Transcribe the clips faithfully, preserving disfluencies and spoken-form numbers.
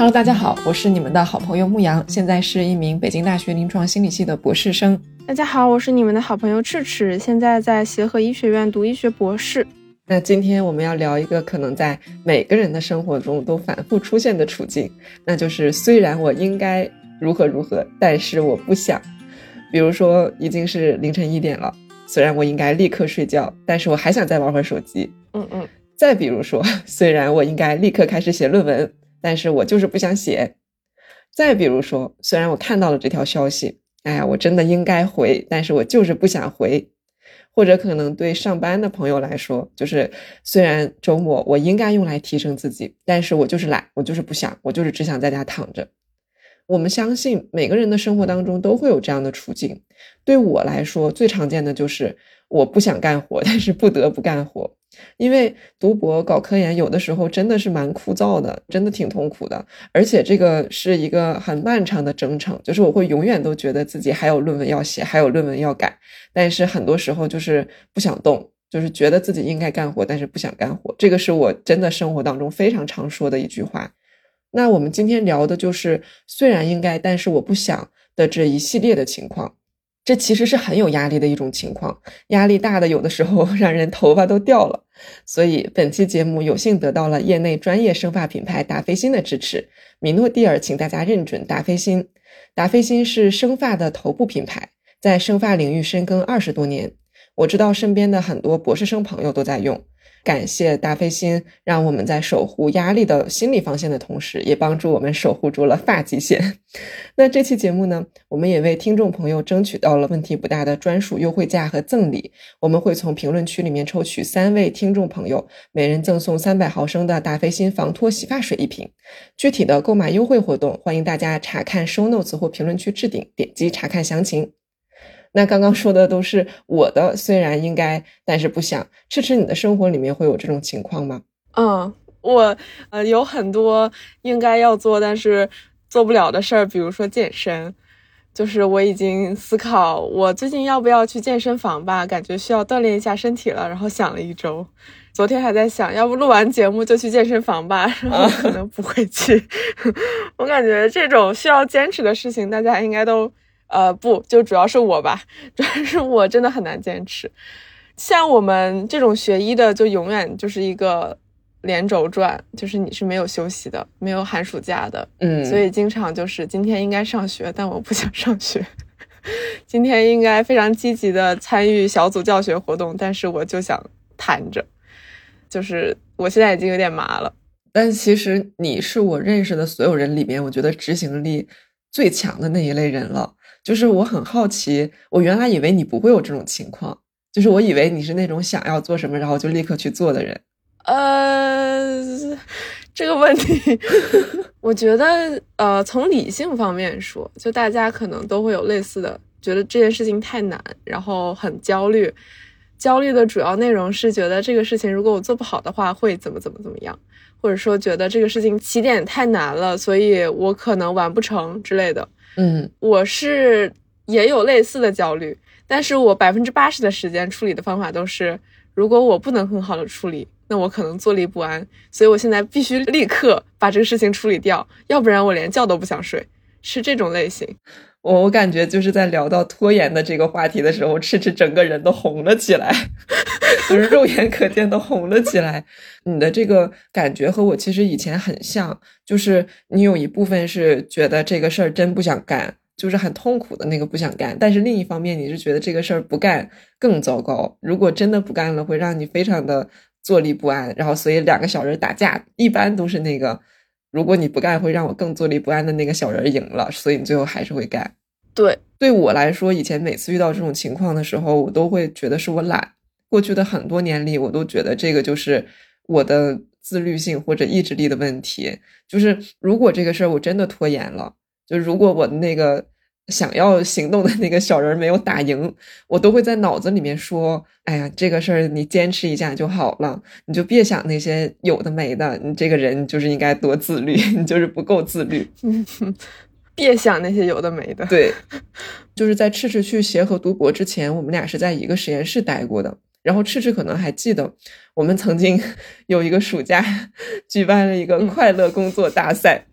Hello， 大家好，我是你们的好朋友牧羊，现在是一名北京大学临床心理系的博士生。 大家好，我是你们的好朋友赤赤，现在在协和医学院读医学博士。 那今天我们要聊一个可能在每个人的生活中都反复出现的处境，那就是虽然我应该如何如何，但是我不想。比如说已经是凌晨一点了，虽然我应该立刻睡觉，但是我还想再玩会儿手机。 嗯嗯。 再比如说，虽然我应该立刻开始写论文，但是我就是不想写。再比如说，虽然我看到了这条消息，哎呀，我真的应该回，但是我就是不想回。或者可能对上班的朋友来说，就是虽然周末我应该用来提升自己，但是我就是懒，我就是不想，我就是只想在家躺着。我们相信每个人的生活当中都会有这样的处境。对我来说，最常见的就是我不想干活，但是不得不干活。因为读博搞科研有的时候真的是蛮枯燥的，真的挺痛苦的，而且这个是一个很漫长的征程，就是我会永远都觉得自己还有论文要写，还有论文要改，但是很多时候就是不想动，就是觉得自己应该干活，但是不想干活。这个是我真的生活当中非常常说的一句话。那我们今天聊的就是虽然应该但是我不想的这一系列的情况。这其实是很有压力的一种情况，压力大的有的时候让人头发都掉了。所以本期节目有幸得到了业内专业生发品牌达霏欣的支持，米诺地尔请大家认准达霏欣。达霏欣是生发的头部品牌，在生发领域深耕二十多年，我知道身边的很多博士生朋友都在用。感谢达霏欣让我们在守护压力的心理防线的同时，也帮助我们守护住了发际线。那这期节目呢，我们也为听众朋友争取到了问题不大的专属优惠价和赠礼，我们会从评论区里面抽取三位听众朋友，每人赠送三百毫升的达霏欣防脱洗发水一瓶。具体的购买优惠活动，欢迎大家查看 show notes 或评论区置顶，点击查看详情。那刚刚说的都是我的虽然应该但是不想，赤赤你的生活里面会有这种情况吗？ 嗯，我呃有很多应该要做但是做不了的事儿，比如说健身。就是我已经思考我最近要不要去健身房吧，感觉需要锻炼一下身体了，然后想了一周。昨天还在想要不录完节目就去健身房吧，然后可能不会去。我感觉这种需要坚持的事情大家应该都呃不，就主要是我吧，主要是我真的很难坚持。像我们这种学医的就永远就是一个连轴转，就是你是没有休息的，没有寒暑假的。 嗯， 所以经常就是今天应该上学，但我不想上学。今天应该非常积极的参与小组教学活动，但是我就想瘫着。就是我现在已经有点麻了。 但其实你是我认识的所有人里面我觉得执行力最强的那一类人了。就是我很好奇，我原来以为你不会有这种情况，就是我以为你是那种想要做什么然后就立刻去做的人。 呃，这个问题我觉得呃，从理性方面说，就大家可能都会有类似的觉得这件事情太难，然后很焦虑。焦虑的主要内容是觉得这个事情如果我做不好的话会怎么怎么怎么样，或者说觉得这个事情起点太难了，所以我可能完不成之类的。 嗯， 我是也有类似的焦虑，但是我百分之八十的时间处理的方法都是，如果我不能很好的处理，那我可能坐立不安，所以我现在必须立刻把这个事情处理掉，要不然我连觉都不想睡，是这种类型。 我我感觉就是在聊到拖延的这个话题的时候，赤赤整个人都红了起来，就是肉眼可见都红了起来。你的这个感觉和我其实以前很像，就是你有一部分是觉得这个事儿真不想干，就是很痛苦的那个不想干，但是另一方面你是觉得这个事儿不干更糟糕，如果真的不干了会让你非常的坐立不安，然后所以两个小人打架一般都是那个如果你不干会让我更坐立不安的那个小人赢了，所以你最后还是会干。 对， 对我来说以前每次遇到这种情况的时候我都会觉得是我懒，过去的很多年里我都觉得这个就是我的自律性或者意志力的问题，就是如果这个事儿我真的拖延了，就如果我的那个想要行动的那个小人没有打赢，我都会在脑子里面说，哎呀，这个事儿你坚持一下就好了，你就别想那些有的没的，你这个人就是应该多自律，你就是不够自律。 别想那些有的没的。 对，就是在赤赤去协和读博之前，我们俩是在一个实验室待过的，然后赤赤可能还记得我们曾经有一个暑假举办了一个快乐工作大赛、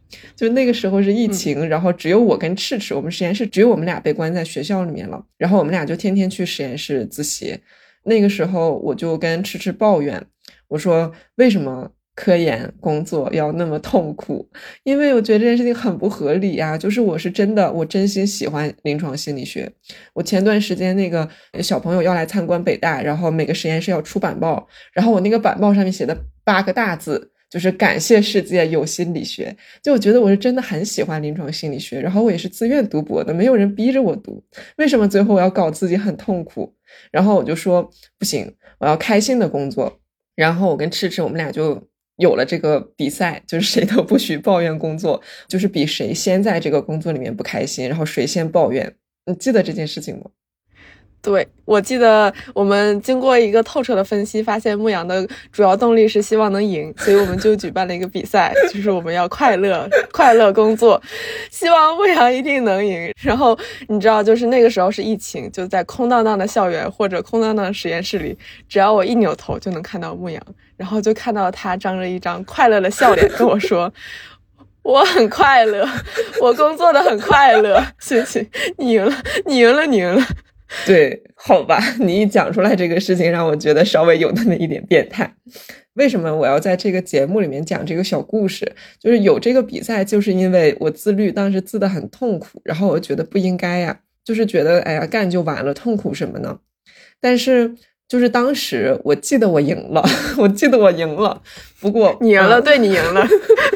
就那个时候是疫情、嗯、然后只有我跟赤赤，我们实验室只有我们俩被关在学校里面了，然后我们俩就天天去实验室自习。那个时候我就跟赤赤抱怨，我说为什么科研工作要那么痛苦，因为我觉得这件事情很不合理啊，就是我是真的我真心喜欢临床心理学。我前段时间那个小朋友要来参观北大，然后每个实验室要出板报，然后我那个板报上面写的八个大字就是感谢世界有心理学，就我觉得我是真的很喜欢临床心理学，然后我也是自愿读博的，没有人逼着我读，为什么最后我要搞自己很痛苦？然后我就说不行，我要开心的工作。然后我跟赤赤我们俩就有了这个比赛，就是谁都不许抱怨工作，就是比谁先在这个工作里面不开心，然后谁先抱怨。你记得这件事情吗？ 对，我记得我们经过一个透彻的分析，发现牧羊的主要动力是希望能赢，所以我们就举办了一个比赛，就是我们要快乐快乐工作，希望牧羊一定能赢。然后你知道，就是那个时候是疫情，就在空荡荡的校园或者空荡荡的实验室里，只要我一扭头就能看到牧羊，然后就看到他张着一张快乐的笑脸跟我说我很快乐，我工作的很快乐，谢谢你赢了，你赢了，你赢了。 对，好吧，你一讲出来这个事情让我觉得稍微有那么一点变态。为什么我要在这个节目里面讲这个小故事，就是有这个比赛，就是因为我自律当时自得很痛苦，然后我觉得不应该呀，就是觉得哎呀干就完了，痛苦什么呢？但是就是当时我记得我赢了，我记得我赢了，不过你赢了、嗯、对，你赢了。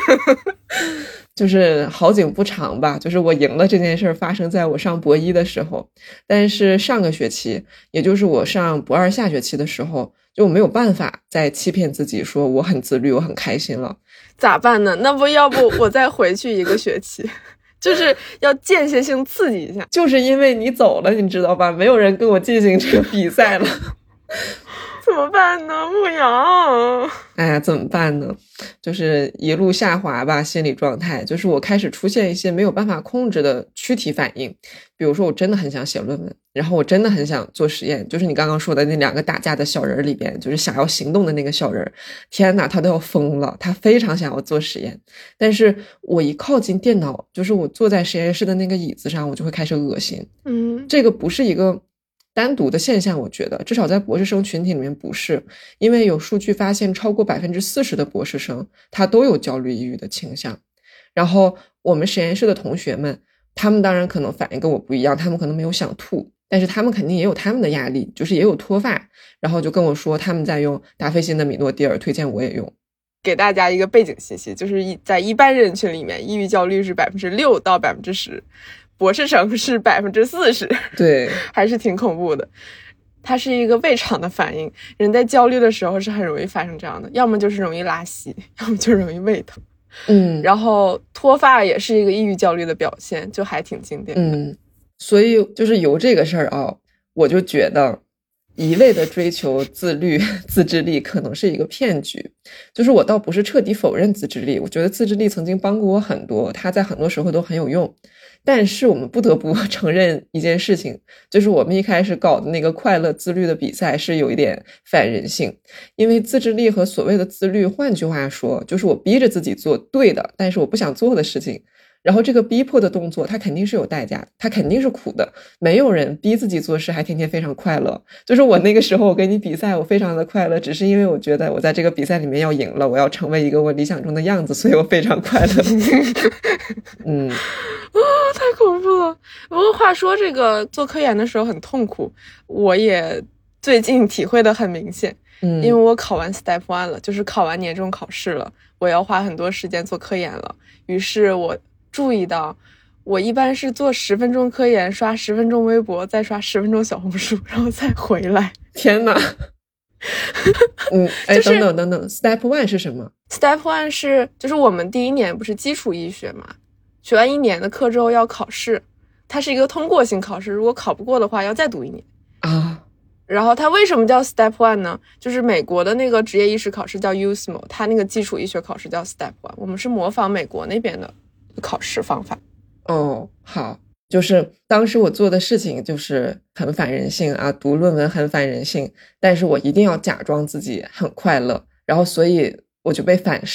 就是好景不长吧，就是我赢了这件事发生在我上博一的时候，但是上个学期，也就是我上博二下学期的时候，就我没有办法再欺骗自己说我很自律，我很开心了。 咋办呢？那不要不我再回去一个学期，就是要间歇性刺激一下。 就是因为你走了，你知道吧？没有人跟我进行这个比赛了。 怎么办呢？牧羊， 哎呀，怎么办呢？就是一路下滑吧，心理状态，就是我开始出现一些没有办法控制的躯体反应。比如说我真的很想写论文，然后我真的很想做实验，就是你刚刚说的那两个打架的小人里边，就是想要行动的那个小人，天哪，他都要疯了，他非常想要做实验，但是我一靠近电脑，就是我坐在实验室的那个椅子上，我就会开始恶心。 嗯， 这个不是一个单独的现象，我觉得至少在博士生群体里面不是，因为有数据发现超过百分之四十的博士生他都有焦虑抑郁的倾向。然后我们实验室的同学们，他们当然可能反应跟我不一样，他们可能没有想吐，但是他们肯定也有他们的压力，就是也有脱发，然后就跟我说他们在用达霏欣的米诺地尔，推荐我也用。 给大家一个背景信息，就是在一般人群里面，抑郁焦虑是百分之六到百分之十。博士生是百分之四十， 对， 还是挺恐怖的。它是一个胃肠的反应，人在焦虑的时候是很容易发生这样的，要么就是容易拉稀，要么就容易胃疼。 嗯， 然后脱发也是一个抑郁焦虑的表现，就还挺经典的。 嗯，所以就是由这个事儿啊，我就觉得一味的追求自律自制力可能是一个骗局。就是我倒不是彻底否认自制力，我觉得自制力曾经帮过我很多，它在很多时候都很有用。但是我们不得不承认一件事情，就是我们一开始搞的那个快乐自律的比赛是有一点反人性。因为自制力和所谓的自律，换句话说就是我逼着自己做对的但是我不想做的事情，然后这个逼迫的动作它肯定是有代价，它肯定是苦的，没有人逼自己做事还天天非常快乐。就是我那个时候我跟你比赛我非常的快乐，只是因为我觉得我在这个比赛里面要赢了，我要成为一个我理想中的样子，所以我非常快乐。嗯， 啊，太恐怖了。不过话说这个做科研的时候很痛苦，我也最近体会的很明显。嗯，因为我考完 step one 了，就是考完年终考试了，我要花很多时间做科研了。于是我注意到我一般是做十分钟科研，刷十分钟微博，再刷十分钟小红书，然后再回来。 天哪。嗯，哎、就是，等等等等 step one 是什么？ step one 是就是我们第一年不是基础医学嘛，学完一年的课之后要考试，它是一个通过性考试，如果考不过的话要再读一年啊。 然后它为什么叫 step one 呢？就是美国的那个职业医师考试叫 U S M O， 它那个基础医学考试叫 step one， 我们是模仿美国那边的考试方法。 哦，好，就是当时我做的事情就是很反人性啊，读论文很反人性，但是我一定要假装自己很快乐，然后所以我就被反噬了。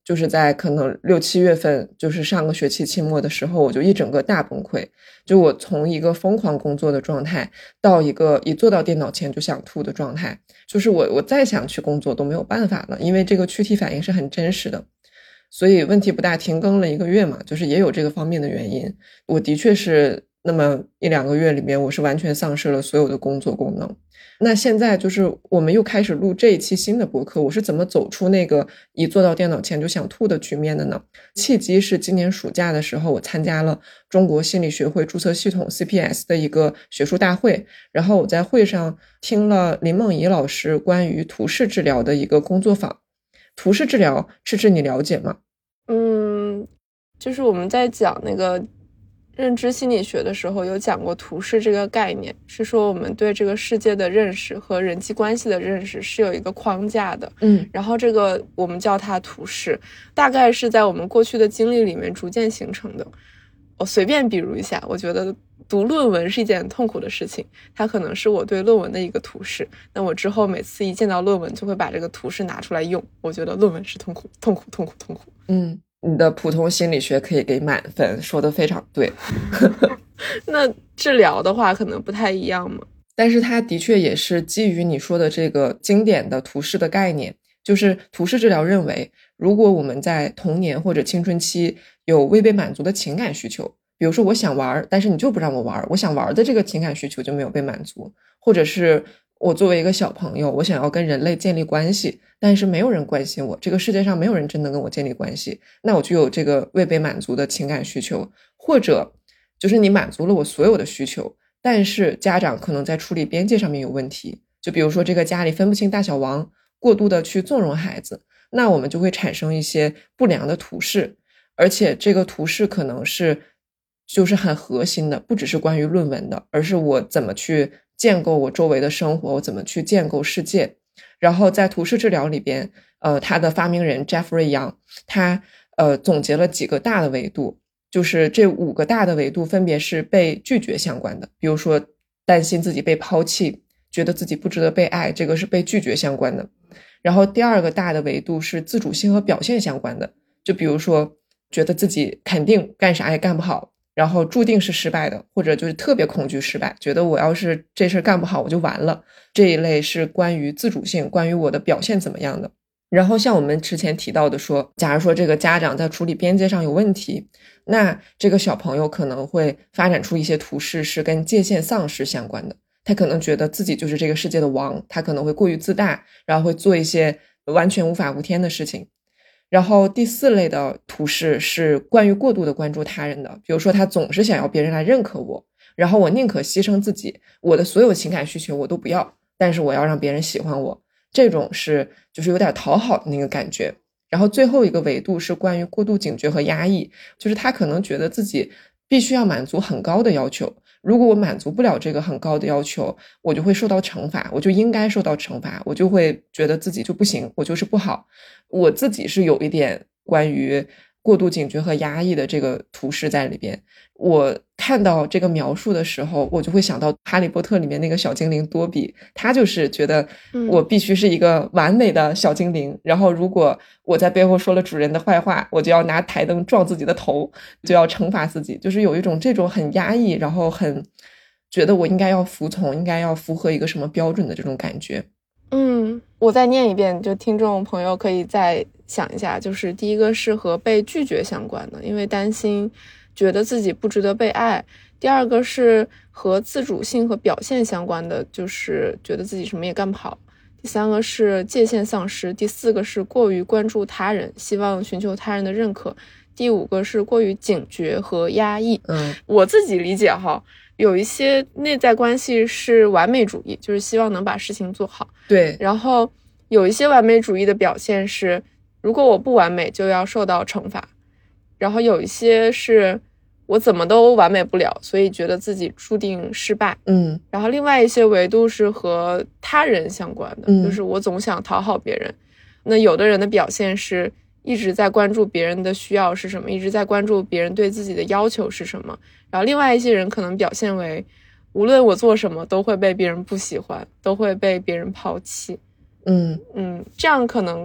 就是在可能六七月份，就是上个学期期末的时候，我就一整个大崩溃。就我从一个疯狂工作的状态，到一个一坐到电脑前就想吐的状态，就是我我再想去工作都没有办法了，因为这个躯体反应是很真实的。所以问题不大，停更了一个月嘛，就是也有这个方面的原因。我的确是那么一两个月里面，我是完全丧失了所有的工作功能。那现在就是我们又开始录这一期新的播客，我是怎么走出那个一坐到电脑前就想吐的局面的呢？契机是今年暑假的时候，我参加了中国心理学会注册系统 C P S 的一个学术大会，然后我在会上听了林梦怡老师关于图式治疗的一个工作坊。图式治疗，赤赤你了解吗？ 嗯，就是我们在讲那个认知心理学的时候有讲过图式这个概念，是说我们对这个世界的认识和人际关系的认识是有一个框架的， 嗯， 然后这个我们叫它图式，大概是在我们过去的经历里面逐渐形成的。我随便比如一下，我觉得读论文是一件很痛苦的事情，它可能是我对论文的一个图式，那我之后每次一见到论文就会把这个图式拿出来用，我觉得论文是痛苦痛苦痛苦痛苦。 嗯，你的普通心理学可以给满分，说得非常对。 那治疗的话可能不太一样嘛， 但是它的确也是基于你说的这个经典的图式的概念，就是图式治疗认为，如果我们在童年或者青春期有未被满足的情感需求，比如说我想玩，但是你就不让我玩，我想玩的这个情感需求就没有被满足，或者是我作为一个小朋友，我想要跟人类建立关系，但是没有人关心我，这个世界上没有人真的跟我建立关系，那我就有这个未被满足的情感需求。或者就是你满足了我所有的需求，但是家长可能在处理边界上面有问题，就比如说这个家里分不清大小王，过度的去纵容孩子，那我们就会产生一些不良的图式，而且这个图式可能是就是很核心的，不只是关于论文的，而是我怎么去建构我周围的生活，我怎么去建构世界。然后在图式治疗里边，呃，他的发明人 Jeffrey Young 他呃总结了几个大的维度，就是这五个大的维度分别是被拒绝相关的，比如说担心自己被抛弃，觉得自己不值得被爱，这个是被拒绝相关的。然后第二个大的维度是自主性和表现相关的，就比如说觉得自己肯定干啥也干不好，然后注定是失败的，或者就是特别恐惧失败，觉得我要是这事干不好我就完了，这一类是关于自主性，关于我的表现怎么样的。然后像我们之前提到的说，假如说这个家长在处理边界上有问题，那这个小朋友可能会发展出一些图式是跟界限丧失相关的，他可能觉得自己就是这个世界的王，他可能会过于自大，然后会做一些完全无法无天的事情。然后第四类的图式是关于过度的关注他人的，比如说他总是想要别人来认可我，然后我宁可牺牲自己，我的所有情感需求我都不要，但是我要让别人喜欢我，这种是就是有点讨好的那个感觉。然后最后一个维度是关于过度警觉和压抑，就是他可能觉得自己必须要满足很高的要求，如果我满足不了这个很高的要求，我就会受到惩罚，我就应该受到惩罚，我就会觉得自己就不行，我就是不好。我自己是有一点关于过度警觉和压抑的这个图式在里边。我看到这个描述的时候，我就会想到哈利波特里面那个小精灵多比，他就是觉得我必须是一个完美的小精灵、嗯、然后如果我在背后说了主人的坏话，我就要拿台灯撞自己的头，就要惩罚自己，就是有一种这种很压抑，然后很觉得我应该要服从，应该要符合一个什么标准的这种感觉。 嗯，我再念一遍，就听众朋友可以再想一下，就是第一个是和被拒绝相关的，因为担心觉得自己不值得被爱。第二个是和自主性和表现相关的，就是觉得自己什么也干不好。第三个是界限丧失。第四个是过于关注他人，希望寻求他人的认可。第五个是过于警觉和压抑。 嗯， 我自己理解哈，有一些内在关系是完美主义，就是希望能把事情做好。 对， 然后有一些完美主义的表现是，如果我不完美就要受到惩罚。然后有一些是我怎么都完美不了，所以觉得自己注定失败。 嗯， 然后另外一些维度是和他人相关的、 嗯、 就是我总想讨好别人。那有的人的表现是一直在关注别人的需要是什么，一直在关注别人对自己的要求是什么。然后另外一些人可能表现为无论我做什么都会被别人不喜欢，都会被别人抛弃。 嗯嗯，这样可能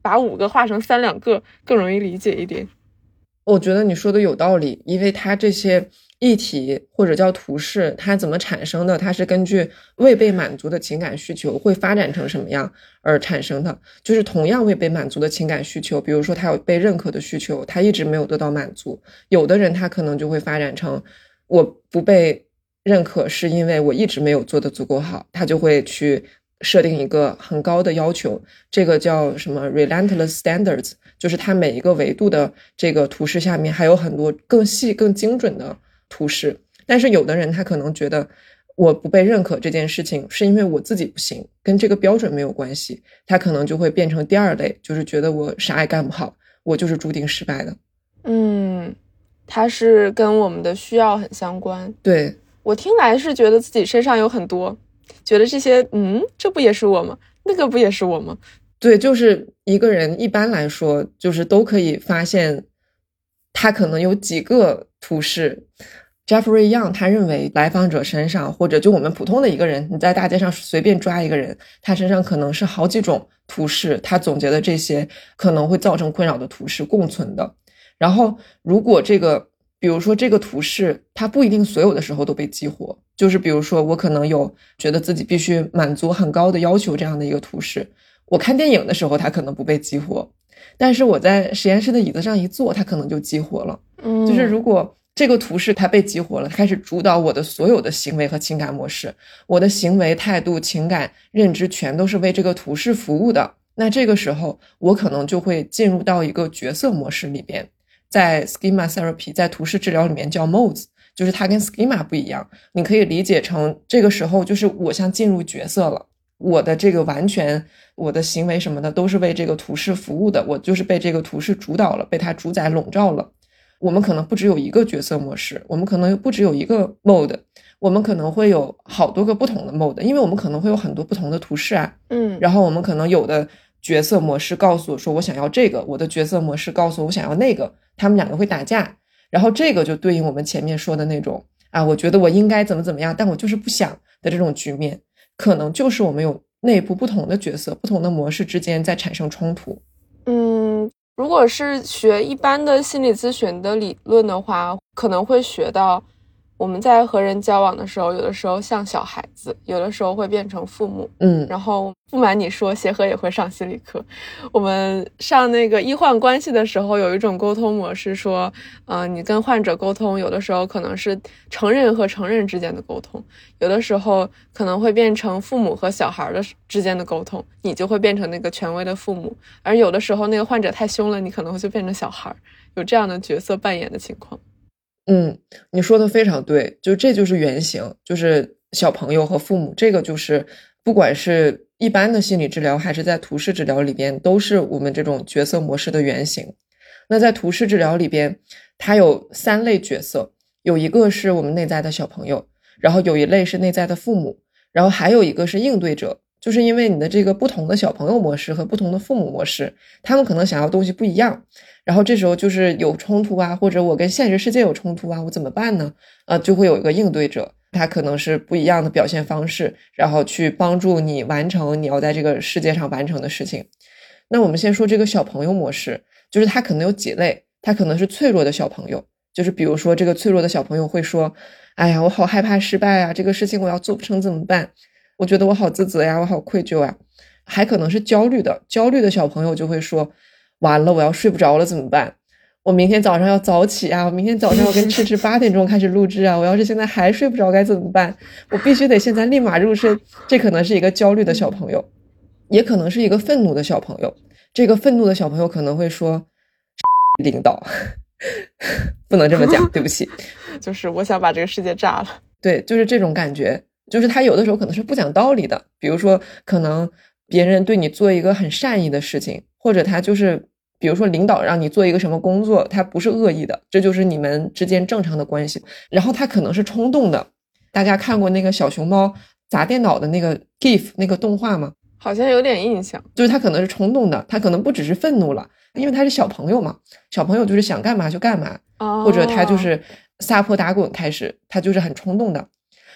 把五个画成三两个更容易理解一点。 我觉得你说的有道理，因为它这些议题或者叫图示，它怎么产生的，它是根据未被满足的情感需求会发展成什么样而产生的。就是同样未被满足的情感需求，比如说他有被认可的需求，他一直没有得到满足，有的人他可能就会发展成我不被认可是因为我一直没有做得足够好，他就会去设定一个很高的要求，这个叫什么 relentless standards， 就是它每一个维度的这个图示下面还有很多更细更精准的图示。但是有的人他可能觉得我不被认可这件事情是因为我自己不行，跟这个标准没有关系，他可能就会变成第二类，就是觉得我啥也干不好，我就是注定失败的。 嗯，它是跟我们的需要很相关。 对， 我听来是觉得自己身上有很多，觉得这些嗯，这不也是我吗？那个不也是我吗？ 对，就是一个人一般来说就是都可以发现他可能有几个图示。Jeffrey Young 他认为来访者身上，或者就我们普通的一个人，你在大街上随便抓一个人，他身上可能是好几种图示，他总结的这些可能会造成困扰的图示共存的。然后如果这个比如说这个图示它不一定所有的时候都被激活，就是比如说我可能有觉得自己必须满足很高的要求这样的一个图示，我看电影的时候它可能不被激活，但是我在实验室的椅子上一坐它可能就激活了。 嗯， 就是如果这个图示它被激活了，它开始主导我的所有的行为和情感模式，我的行为态度情感认知全都是为这个图示服务的，那这个时候我可能就会进入到一个角色模式里边。在 schema therapy 在图示治疗里面叫 modes， 就是它跟 schema 不一样，你可以理解成这个时候就是我像进入角色了，我的这个完全我的行为什么的都是为这个图示服务的，我就是被这个图示主导了，被它主宰笼罩了。我们可能不只有一个角色模式，我们可能不只有一个 mode， 我们可能会有好多个不同的 mode， 因为我们可能会有很多不同的图示啊。 嗯， 然后我们可能有的角色模式告诉我说我想要这个，我的角色模式告诉我我想要那个，他们两个会打架，然后这个就对应我们前面说的那种啊，我觉得我应该怎么怎么样，但我就是不想的这种局面，可能就是我们有内部不同的角色不同的模式之间在产生冲突。 嗯，如果是学一般的心理咨询的理论的话，可能会学到我们在和人交往的时候，有的时候像小孩子，有的时候会变成父母。 嗯， 然后不瞒你说，协和也会上心理课。我们上那个医患关系的时候，有一种沟通模式说，呃，你跟患者沟通，有的时候可能是成人和成人之间的沟通，有的时候可能会变成父母和小孩的之间的沟通，你就会变成那个权威的父母，而有的时候那个患者太凶了，你可能就变成小孩，有这样的角色扮演的情况。 嗯，你说的非常对，就这就是原型，就是小朋友和父母，这个就是不管是一般的心理治疗还是在图示治疗里边，都是我们这种角色模式的原型。那在图示治疗里边，它有三类角色，有一个是我们内在的小朋友，然后有一类是内在的父母，然后还有一个是应对者，就是因为你的这个不同的小朋友模式和不同的父母模式，他们可能想要的东西不一样，然后这时候就是有冲突啊，或者我跟现实世界有冲突啊，我怎么办呢？呃，就会有一个应对者，他可能是不一样的表现方式，然后去帮助你完成你要在这个世界上完成的事情。那我们先说这个小朋友模式，就是他可能有几类，他可能是脆弱的小朋友，就是比如说这个脆弱的小朋友会说，哎呀，我好害怕失败啊，这个事情我要做不成怎么办？我觉得我好自责呀，我好愧疚啊。还可能是焦虑的，焦虑的小朋友就会说，完了，我要睡不着了怎么办？我明天早上要早起啊，我明天早上要跟迟迟八点钟开始录制啊，我要是现在还睡不着该怎么办？我必须得现在立马入睡。这可能是一个焦虑的小朋友，也可能是一个愤怒的小朋友。这个愤怒的小朋友可能会说，领导不能这么讲，对不起， 就是我想把这个世界炸了。 对，就是这种感觉，就是他有的时候可能是不讲道理的，比如说可能别人对你做一个很善意的事情，或者他就是比如说领导让你做一个什么工作，他不是恶意的，这就是你们之间正常的关系，然后他可能是冲动的。大家看过那个小熊猫砸电脑的那个 GIF 那个动画吗？ 好像有点印象。 就是他可能是冲动的，他可能不只是愤怒了，因为他是小朋友嘛，小朋友就是想干嘛就干嘛， 哦， 或者他就是撒泼打滚开始，他就是很冲动的。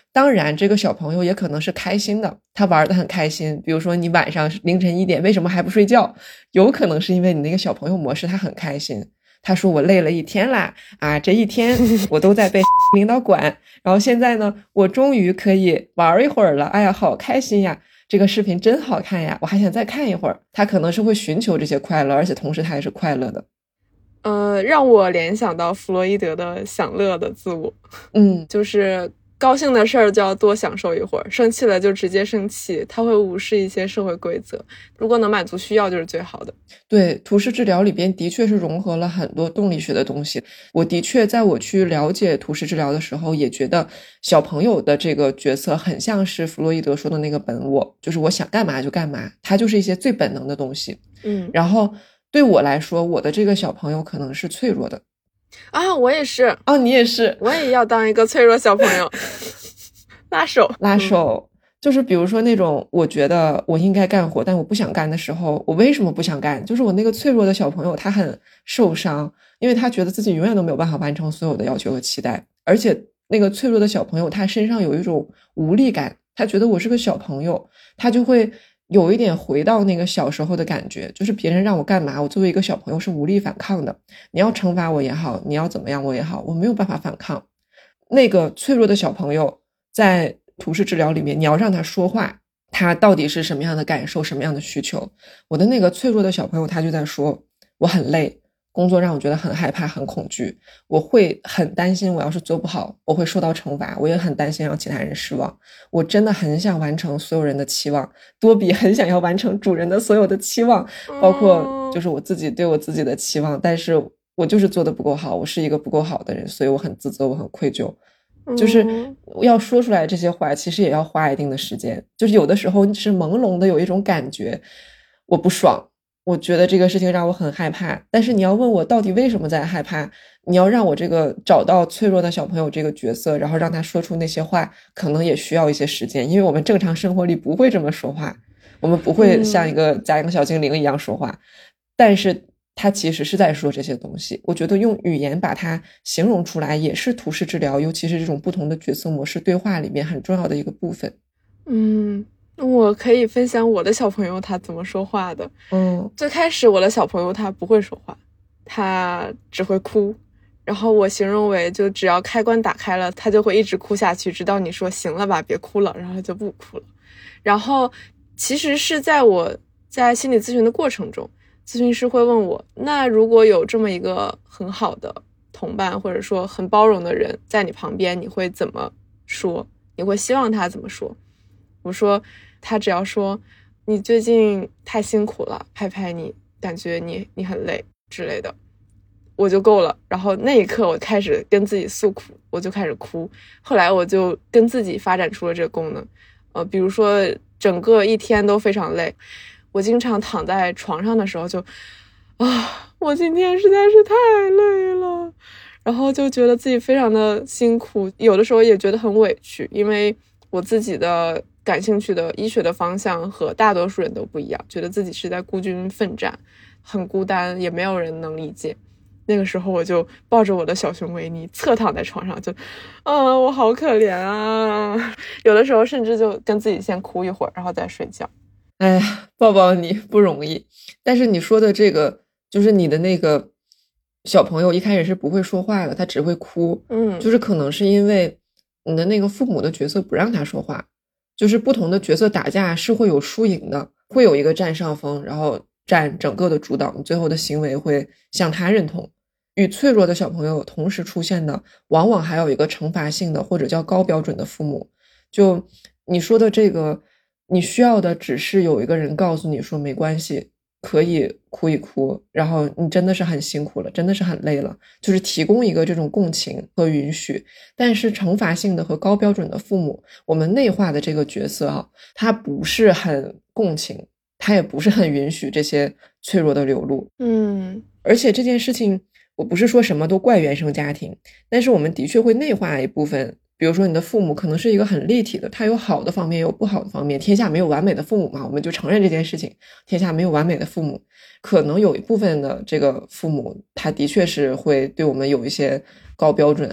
当然这个小朋友也可能是开心的，他玩得很开心，比如说你晚上凌晨一点为什么还不睡觉，有可能是因为你那个小朋友模式他很开心，他说我累了一天啦，啊，这一天我都在被领导管，然后现在呢我终于可以玩一会儿了，哎呀好开心呀，这个视频真好看呀，我还想再看一会儿，他可能是会寻求这些快乐，而且同时他也是快乐的。 呃，让我联想到弗洛伊德的享乐的自我， 嗯， 就是高兴的事儿就要多享受一会儿，生气了就直接生气，他会无视一些社会规则，如果能满足需要就是最好的。 对，图式治疗里边的确是融合了很多动力学的东西，我的确在我去了解图式治疗的时候也觉得小朋友的这个角色很像是弗洛伊德说的那个本我，就是我想干嘛就干嘛，它就是一些最本能的东西。 嗯， 然后对我来说我的这个小朋友可能是脆弱的啊，我也是。 哦，你也是。 我也要当一个脆弱小朋友拉手拉手、嗯、就是比如说那种我觉得我应该干活但我不想干的时候，我为什么不想干，就是我那个脆弱的小朋友他很受伤，因为他觉得自己永远都没有办法完成所有的要求和期待，而且那个脆弱的小朋友他身上有一种无力感，他觉得我是个小朋友，他就会有一点回到那个小时候的感觉，就是别人让我干嘛我作为一个小朋友是无力反抗的，你要惩罚我也好，你要怎么样我也好，我没有办法反抗。那个脆弱的小朋友在图式治疗里面，你要让他说话，他到底是什么样的感受，什么样的需求。我的那个脆弱的小朋友他就在说我很累，工作让我觉得很害怕很恐惧，我会很担心我要是做不好我会受到惩罚，我也很担心让其他人失望，我真的很想完成所有人的期望，多比很想要完成主人的所有的期望，包括就是我自己对我自己的期望，但是我就是做的不够好，我是一个不够好的人，所以我很自责，我很愧疚。就是要说出来这些话其实也要花一定的时间，就是有的时候你只是朦胧的有一种感觉我不爽，我觉得这个事情让我很害怕，但是你要问我到底为什么在害怕，你要让我这个找到脆弱的小朋友这个角色，然后让他说出那些话，可能也需要一些时间，因为我们正常生活里不会这么说话，我们不会像一个家养小精灵一样说话、嗯、但是他其实是在说这些东西，我觉得用语言把它形容出来也是图式治疗，尤其是这种不同的角色模式对话里面很重要的一个部分。 嗯，我可以分享我的小朋友他怎么说话的。 嗯， 最开始我的小朋友他不会说话，他只会哭，然后我形容为就只要开关打开了他就会一直哭下去，直到你说行了吧别哭了，然后他就不哭了。然后其实是在我在心理咨询的过程中，咨询师会问我，那如果有这么一个很好的同伴或者说很包容的人在你旁边，你会怎么说，你会希望他怎么说。我说他只要说你最近太辛苦了，拍拍你感觉你你很累之类的我就够了。然后那一刻我开始跟自己诉苦，我就开始哭。后来我就跟自己发展出了这个功能，呃，比如说整个一天都非常累，我经常躺在床上的时候就啊，我今天实在是太累了，然后就觉得自己非常的辛苦，有的时候也觉得很委屈，因为我自己的感兴趣的医学的方向和大多数人都不一样，觉得自己是在孤军奋战，很孤单，也没有人能理解。那个时候我就抱着我的小熊维尼侧躺在床上，就啊，我好可怜啊，有的时候甚至就跟自己先哭一会儿然后再睡觉。 哎呀，抱抱你不容易。但是你说的这个就是你的那个小朋友一开始是不会说话的，他只会哭， 嗯， 就是可能是因为你的那个父母的角色不让他说话，就是不同的角色打架是会有输赢的，会有一个占上风，然后占整个的主导，最后的行为会向他认同。与脆弱的小朋友同时出现的往往还有一个惩罚性的或者叫高标准的父母。就你说的这个，你需要的只是有一个人告诉你说没关系，可以哭一哭，然后你真的是很辛苦了，真的是很累了，就是提供一个这种共情和允许。但是惩罚性的和高标准的父母，我们内化的这个角色啊，他不是很共情，他也不是很允许这些脆弱的流露。 嗯， 而且这件事情我不是说什么都怪原生家庭，但是我们的确会内化一部分，比如说你的父母可能是一个很立体的，他有好的方面有不好的方面，天下没有完美的父母嘛，我们就承认这件事情，天下没有完美的父母，可能有一部分的这个父母他的确是会对我们有一些高标准啊，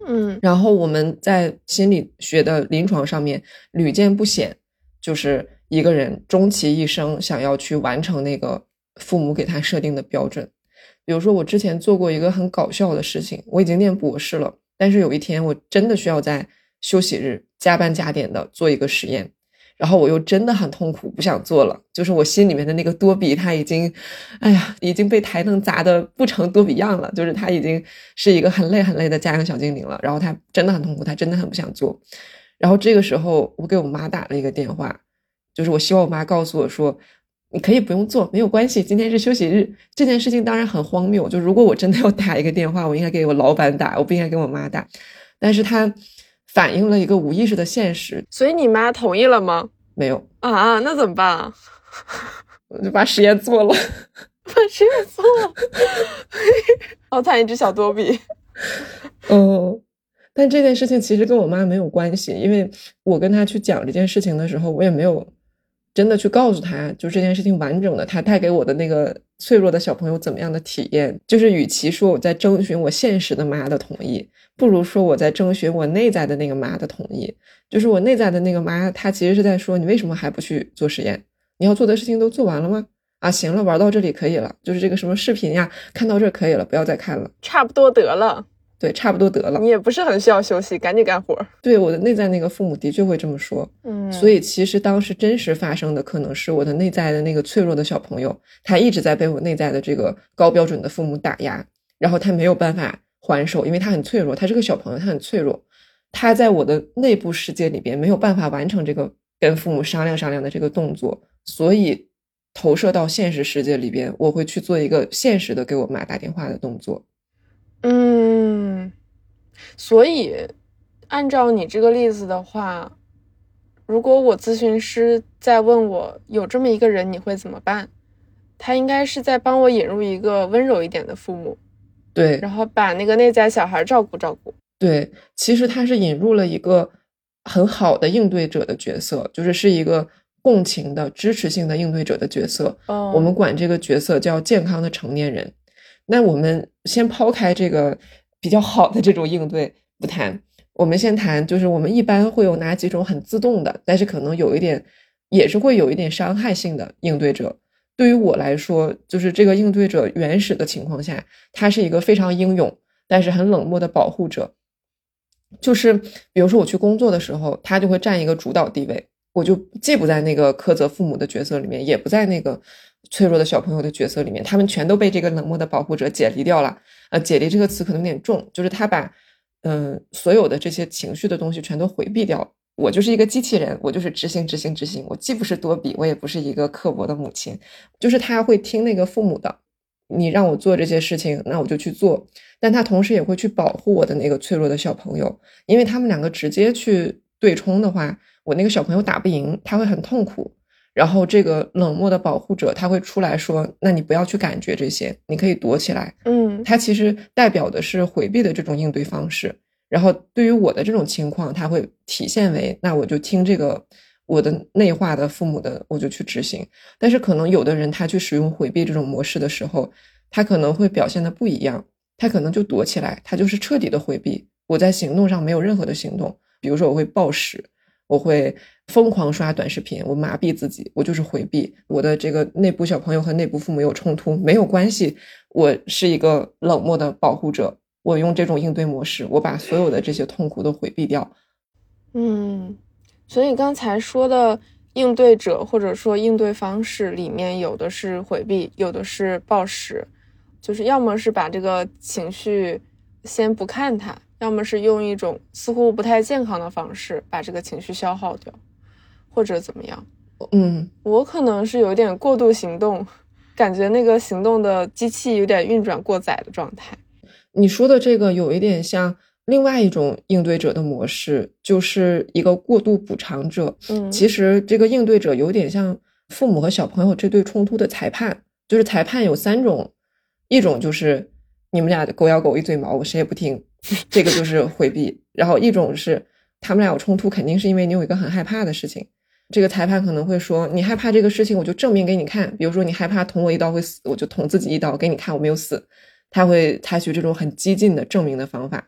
嗯， 然后我们在心理学的临床上面屡见不鲜，就是一个人终其一生想要去完成那个父母给他设定的标准。比如说我之前做过一个很搞笑的事情，我已经念博士了，但是有一天我真的需要在休息日加班加点的做一个实验，然后我又真的很痛苦，不想做了，就是我心里面的那个多比他已经哎呀已经被台灯砸的不成多比样了，就是他已经是一个很累很累的家养小精灵了，然后他真的很痛苦，他真的很不想做。然后这个时候我给我妈打了一个电话，就是我希望我妈告诉我说你可以不用做，没有关系，今天是休息日。这件事情当然很荒谬，就如果我真的要打一个电话，我应该给我老板打，我不应该给我妈打。但是她反映了一个无意识的现实。 所以你妈同意了吗？ 没有啊，那怎么办啊？ 我就把实验做了。 把实验做了。好惨一只小多比。 嗯，但这件事情其实跟我妈没有关系，因为我跟她去讲这件事情的时候，我也没有真的去告诉她就这件事情完整的她带给我的那个脆弱的小朋友怎么样的体验。就是与其说我在征询我现实的妈的同意，不如说我在征询我内在的那个妈的同意。就是我内在的那个妈，她其实是在说你为什么还不去做实验，你要做的事情都做完了吗？啊，行了，玩到这里可以了，就是这个什么视频呀看到这可以了，不要再看了， 差不多得了。 对，差不多得了， 你也不是很需要休息，赶紧干活。 对，我的内在那个父母的确会这么说。 嗯， 所以其实当时真实发生的可能是我的内在的那个脆弱的小朋友，他一直在被我内在的这个高标准的父母打压，然后他没有办法还手，因为他很脆弱，他是个小朋友，他很脆弱，他在我的内部世界里边没有办法完成这个跟父母商量商量的这个动作，所以投射到现实世界里边，我会去做一个现实的给我妈打电话的动作。 嗯，所以按照你这个例子的话，如果我咨询师在问我有这么一个人你会怎么办，他应该是在帮我引入一个温柔一点的父母， 对， 然后把那个内在小孩照顾照顾。 对，其实他是引入了一个很好的应对者的角色，就是是一个共情的支持性的应对者的角色。 哦， 我们管这个角色叫健康的成年人。那我们先抛开这个比较好的这种应对不谈，我们先谈就是我们一般会有哪几种很自动的，但是可能有一点也是会有一点伤害性的应对者。对于我来说，就是这个应对者原始的情况下，他是一个非常英勇但是很冷漠的保护者。就是比如说我去工作的时候，他就会占一个主导地位，我就既不在那个苛责父母的角色里面，也不在那个脆弱的小朋友的角色里面，他们全都被这个冷漠的保护者解离掉了。呃，解离这个词可能有点重，就是他把嗯、呃、所有的这些情绪的东西全都回避掉。我就是一个机器人，我就是执行执行执行，我既不是多比，我也不是一个刻薄的母亲。就是他会听那个父母的，你让我做这些事情，那我就去做，但他同时也会去保护我的那个脆弱的小朋友，因为他们两个直接去对冲的话，我那个小朋友打不赢，他会很痛苦。然后这个冷漠的保护者他会出来说，那你不要去感觉这些，你可以躲起来。 嗯， 他其实代表的是回避的这种应对方式。然后对于我的这种情况，他会体现为，那我就听这个我的内化的父母的，我就去执行。但是可能有的人他去使用回避这种模式的时候，他可能会表现的不一样，他可能就躲起来，他就是彻底的回避。我在行动上没有任何的行动，比如说我会暴食，我会疯狂刷短视频，我麻痹自己，我就是回避。我的这个内部小朋友和内部父母有冲突没有关系，我是一个冷漠的保护者，我用这种应对模式，我把所有的这些痛苦都回避掉。 嗯，所以刚才说的应对者或者说应对方式里面，有的是回避，有的是暴食，就是要么是把这个情绪先不看它，要么是用一种似乎不太健康的方式把这个情绪消耗掉，或者怎么样。 嗯， 我可能是有点过度行动，感觉那个行动的机器有点运转过载的状态。 你说的这个有一点像另外一种应对者的模式，就是一个过度补偿者。 嗯， 其实这个应对者有点像父母和小朋友这对冲突的裁判，就是裁判有三种，一种就是你们俩狗咬狗一嘴毛，我谁也不听，这个就是回避。然后一种是他们俩有冲突，肯定是因为你有一个很害怕的事情，这个裁判可能会说，你害怕这个事情，我就证明给你看，比如说你害怕捅我一刀会死，我就捅自己一刀给你看我没有死。他会采取这种很激进的证明的方法。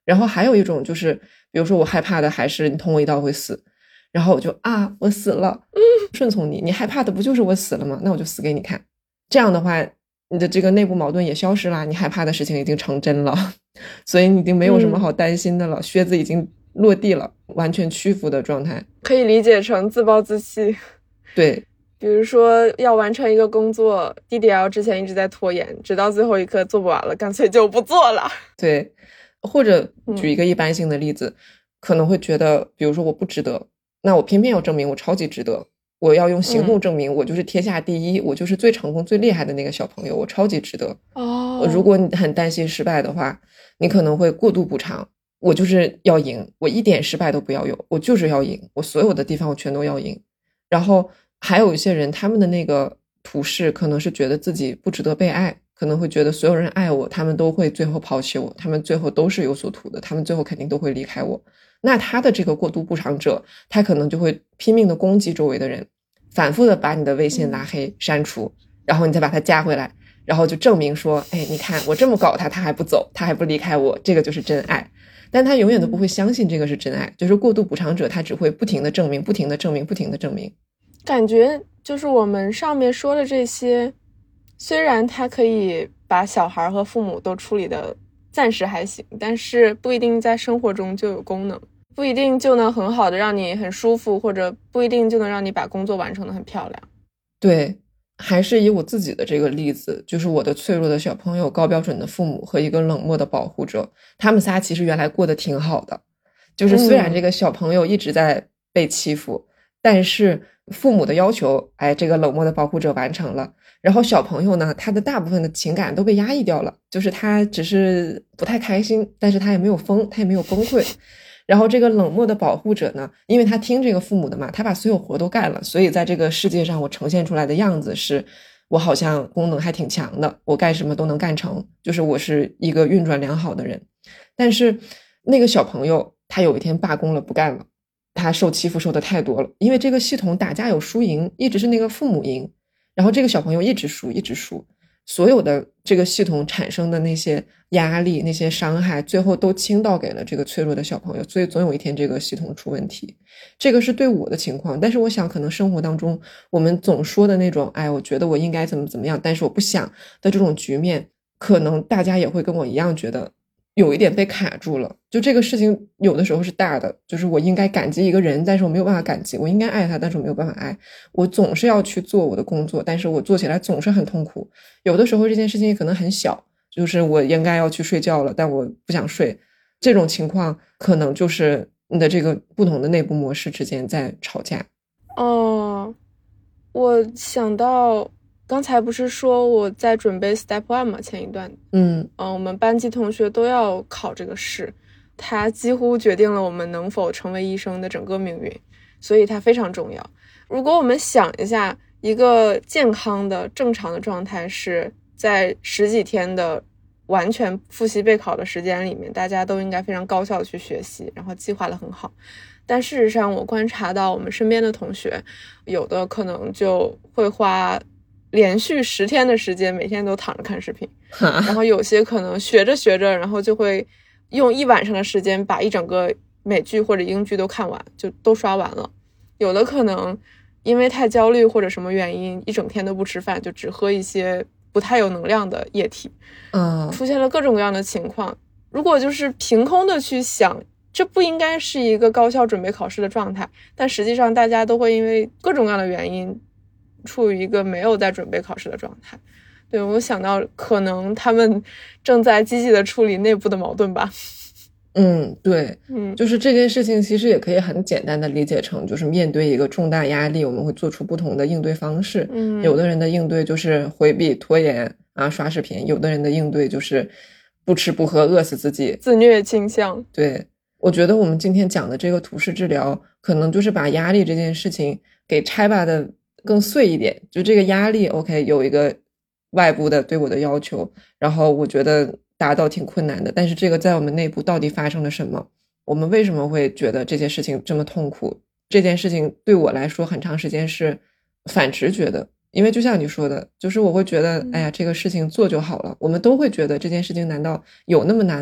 然后还有一种就是，比如说我害怕的还是你捅我一刀会死，然后我就啊我死了，嗯，顺从你，你害怕的不就是我死了吗？那我就死给你看。这样的话你的这个内部矛盾也消失了，你害怕的事情已经成真了，所以你已经没有什么好担心的了、嗯、靴子已经落地了，完全屈服的状态， 可以理解成自暴自弃。 对， 比如说要完成一个工作 D D L 之前一直在拖延，直到最后一刻做不完了，干脆就不做了。 对，或者举一个一般性的例子、嗯、可能会觉得比如说我不值得，那我偏偏要证明我超级值得，我要用行动证明我就是天下第一、嗯、我就是最成功最厉害的那个小朋友，我超级值得。 哦， 如果你很担心失败的话，你可能会过度补偿，我就是要赢，我一点失败都不要有，我就是要赢，我所有的地方我全都要赢。然后还有一些人他们的那个图示可能是觉得自己不值得被爱，可能会觉得所有人爱我，他们都会最后抛弃我，他们最后都是有所图的，他们最后肯定都会离开我。那他的这个过度补偿者，他可能就会拼命的攻击周围的人，反复的把你的微信拉黑删除，然后你再把他加回来，然后就证明说，哎，你看我这么搞他，他还不走，他还不离开我，这个就是真爱。但他永远都不会相信这个是真爱，就是过度补偿者，他只会不停的证明不停的证明不停的证明。 感觉就是我们上面说的这些，虽然他可以把小孩和父母都处理的暂时还行，但是不一定在生活中就有功能，不一定就能很好的让你很舒服，或者不一定就能让你把工作完成的很漂亮。 对，还是以我自己的这个例子，就是我的脆弱的小朋友、高标准的父母和一个冷漠的保护者，他们仨其实原来过得挺好的，就是虽然这个小朋友一直在被欺负、嗯、但是父母的要求，哎，这个冷漠的保护者完成了，然后小朋友呢，他的大部分的情感都被压抑掉了，就是他只是不太开心，但是他也没有疯，他也没有崩溃。然后这个冷漠的保护者呢，因为他听这个父母的嘛，他把所有活都干了，所以在这个世界上我呈现出来的样子是我好像功能还挺强的，我干什么都能干成，就是我是一个运转良好的人。但是那个小朋友他有一天罢工了，不干了，他受欺负受的太多了，因为这个系统打架有输赢，一直是那个父母赢，然后这个小朋友一直输一直输，所有的这个系统产生的那些压力那些伤害最后都倾倒给了这个脆弱的小朋友，所以总有一天这个系统出问题。这个是对我的情况，但是我想可能生活当中我们总说的那种哎，我觉得我应该怎么怎么样，但是我不想的这种局面，可能大家也会跟我一样觉得有一点被卡住了。就这个事情有的时候是大的，就是我应该感激一个人，但是我没有办法感激，我应该爱他，但是我没有办法爱，我总是要去做我的工作，但是我做起来总是很痛苦。有的时候这件事情可能很小，就是我应该要去睡觉了，但我不想睡，这种情况可能就是你的这个不同的内部模式之间在吵架。 哦，我想到刚才不是说我在准备 step one 嘛，前一段嗯嗯，我们班级同学都要考这个试，它几乎决定了我们能否成为医生的整个命运，所以它非常重要。如果我们想一下，一个健康的正常的状态是在十几天的完全复习备考的时间里面，大家都应该非常高效的去学习，然后计划的很好。但事实上我观察到我们身边的同学，有的可能就会花连续十天的时间每天都躺着看视频，然后有些可能学着学着然后就会用一晚上的时间把一整个美剧或者英剧都看完，就都刷完了。有的可能因为太焦虑或者什么原因一整天都不吃饭，就只喝一些不太有能量的液体， 嗯， 出现了各种各样的情况。如果就是凭空的去想这不应该是一个高效准备考试的状态，但实际上大家都会因为各种各样的原因处于一个没有在准备考试的状态。对，我想到可能他们正在积极的处理内部的矛盾吧。 嗯，对， 嗯， 就是这件事情其实也可以很简单的理解成，就是面对一个重大压力，我们会做出不同的应对方式。 嗯， 有的人的应对就是回避拖延啊刷视频，有的人的应对就是不吃不喝饿死自己， 自虐倾向。 对，我觉得我们今天讲的这个图示治疗可能就是把压力这件事情给拆吧的更碎一点，就这个压力 OK 有一个外部的对我的要求，然后我觉得达到挺困难的，但是这个在我们内部到底发生了什么，我们为什么会觉得这件事情这么痛苦，这件事情对我来说很长时间是反直觉的。因为就像你说的，就是我会觉得哎呀这个事情做就好了，我们都会觉得这件事情难道有那么难吗？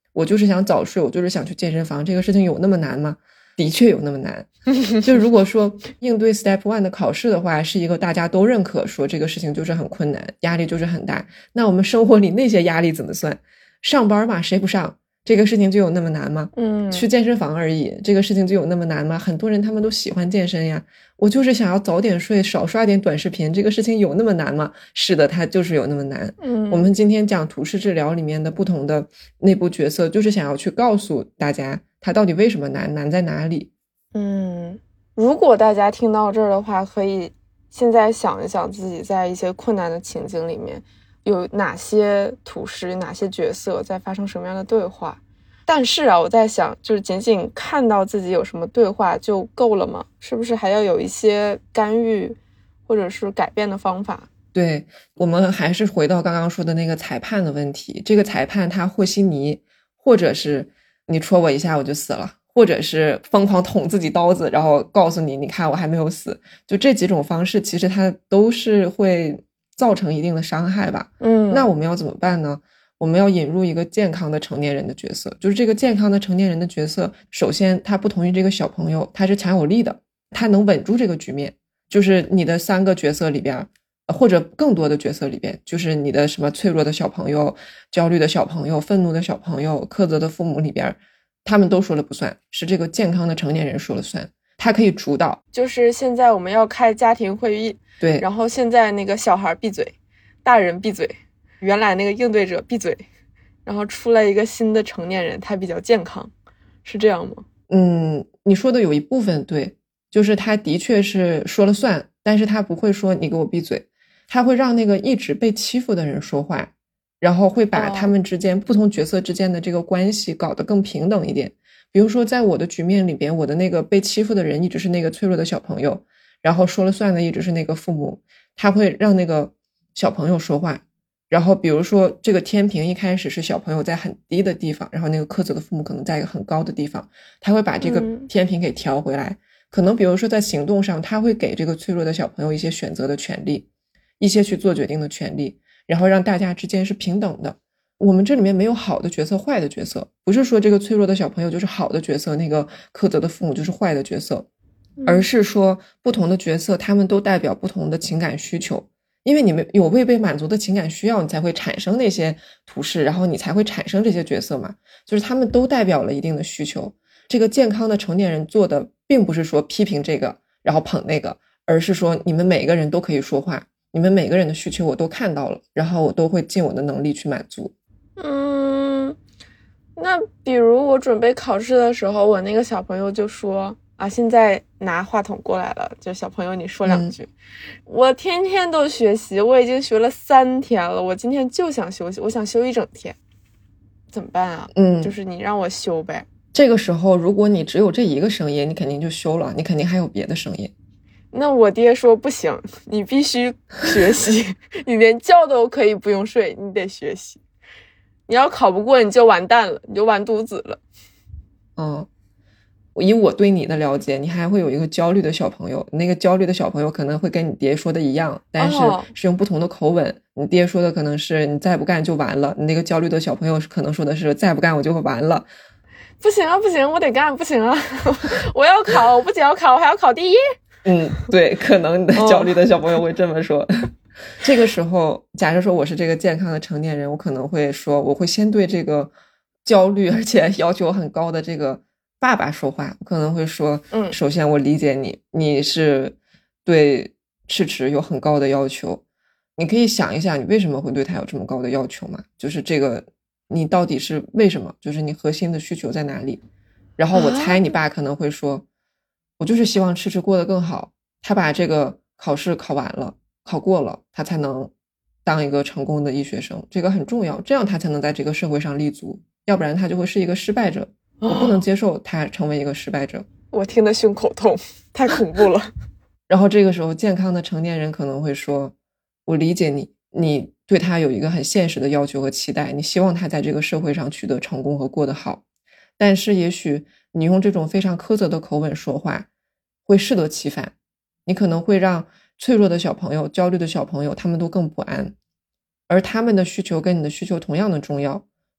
我就是想早睡，我就是想去健身房，这个事情有那么难吗？的确有那么难。就如果说应对 step one 的考试的话，是一个大家都认可说这个事情就是很困难，压力就是很大，那我们生活里那些压力怎么算？上班嘛，谁不上？这个事情就有那么难吗？ 嗯， 去健身房而已，这个事情就有那么难吗？很多人他们都喜欢健身呀，我就是想要早点睡，少刷点短视频，这个事情有那么难吗？是的，它就是有那么难。 嗯， 我们今天讲图示治疗里面的不同的内部角色，就是想要去告诉大家它到底为什么难，难在哪里。 嗯，如果大家听到这儿的话，可以现在想一想自己在一些困难的情景里面有哪些图示，哪些角色在发生什么样的对话。但是啊，我在想，就是仅仅看到自己有什么对话就够了吗？是不是还要有一些干预或者是改变的方法？ 对，我们还是回到刚刚说的那个裁判的问题，这个裁判他和稀泥，或者是你戳我一下我就死了，或者是疯狂捅自己刀子，然后告诉你你看我还没有死，就这几种方式其实它都是会造成一定的伤害吧。 嗯， 那我们要怎么办呢？我们要引入一个健康的成年人的角色，就是这个健康的成年人的角色，首先他不同于这个小朋友，他是强有力的，他能稳住这个局面。就是你的三个角色里边，或者更多的角色里边，就是你的什么脆弱的小朋友、焦虑的小朋友、愤怒的小朋友、苛责的父母里边，他们都说了不算，是这个健康的成年人说了算，他可以主导。 就是现在我们要开家庭会议， 对， 然后现在那个小孩闭嘴，大人闭嘴，原来那个应对者闭嘴，然后出来一个新的成年人，他比较健康，是这样吗？ 嗯，你说的有一部分对，就是他的确是说了算，但是他不会说你给我闭嘴，他会让那个一直被欺负的人说话，然后会把他们之间、哦、不同角色之间的这个关系搞得更平等一点。比如说在我的局面里边，我的那个被欺负的人一直是那个脆弱的小朋友，然后说了算的一直是那个父母，他会让那个小朋友说话。然后比如说这个天平一开始是小朋友在很低的地方，然后那个苛责的父母可能在一个很高的地方，他会把这个天平给调回来、嗯、可能比如说在行动上他会给这个脆弱的小朋友一些选择的权利，一些去做决定的权利，然后让大家之间是平等的。我们这里面没有好的角色坏的角色，不是说这个脆弱的小朋友就是好的角色，那个苛责的父母就是坏的角色，而是说不同的角色他们都代表不同的情感需求，因为你们有未被满足的情感需要，你才会产生那些图示，然后你才会产生这些角色嘛，就是他们都代表了一定的需求。这个健康的成年人做的并不是说批评这个然后捧那个，而是说你们每个人都可以说话，你们每个人的需求我都看到了，然后我都会尽我的能力去满足。 嗯，那比如我准备考试的时候，我那个小朋友就说啊，现在拿话筒过来了，就小朋友你说两句、嗯、我天天都学习，我已经学了三天了，我今天就想休息，我想休一整天，怎么办啊？ 嗯， 就是你让我休呗。 这个时候如果你只有这一个声音，你肯定就休了，你肯定还有别的声音。 那我爹说不行，你必须学习你连觉都可以不用睡，你得学习，你要考不过你就完蛋了，你就完犊子了。 嗯，以我对你的了解，你还会有一个焦虑的小朋友，那个焦虑的小朋友可能会跟你爹说的一样，但是是用不同的口吻、哦、你爹说的可能是你再不干就完了，你那个焦虑的小朋友可能说的是再不干我就会完了。 不行啊不行，我得干，不行啊我要考，我不仅要考，我还要考第一。 嗯，对，可能你的焦虑的小朋友会这么说、哦、这个时候假设说我是这个健康的成年人，我可能会说，我会先对这个焦虑而且要求很高的这个爸爸说话，我可能会说， 嗯， 首先我理解你，你是对赤池有很高的要求，你可以想一想你为什么会对他有这么高的要求嘛，就是这个你到底是为什么，就是你核心的需求在哪里。然后我猜你爸可能会说、啊、我就是希望赤池过得更好，他把这个考试考完了，考过了，他才能当一个成功的医学生，这个很重要，这样他才能在这个社会上立足，要不然他就会是一个失败者。我不能接受他成为一个失败者、哦、 我听得胸口痛，太恐怖了然后这个时候健康的成年人可能会说，我理解你，你对他有一个很现实的要求和期待，你希望他在这个社会上取得成功和过得好，但是也许你用这种非常苛责的口吻说话会适得其反，你可能会让脆弱的小朋友、焦虑的小朋友他们都更不安，而他们的需求跟你的需求同样的重要，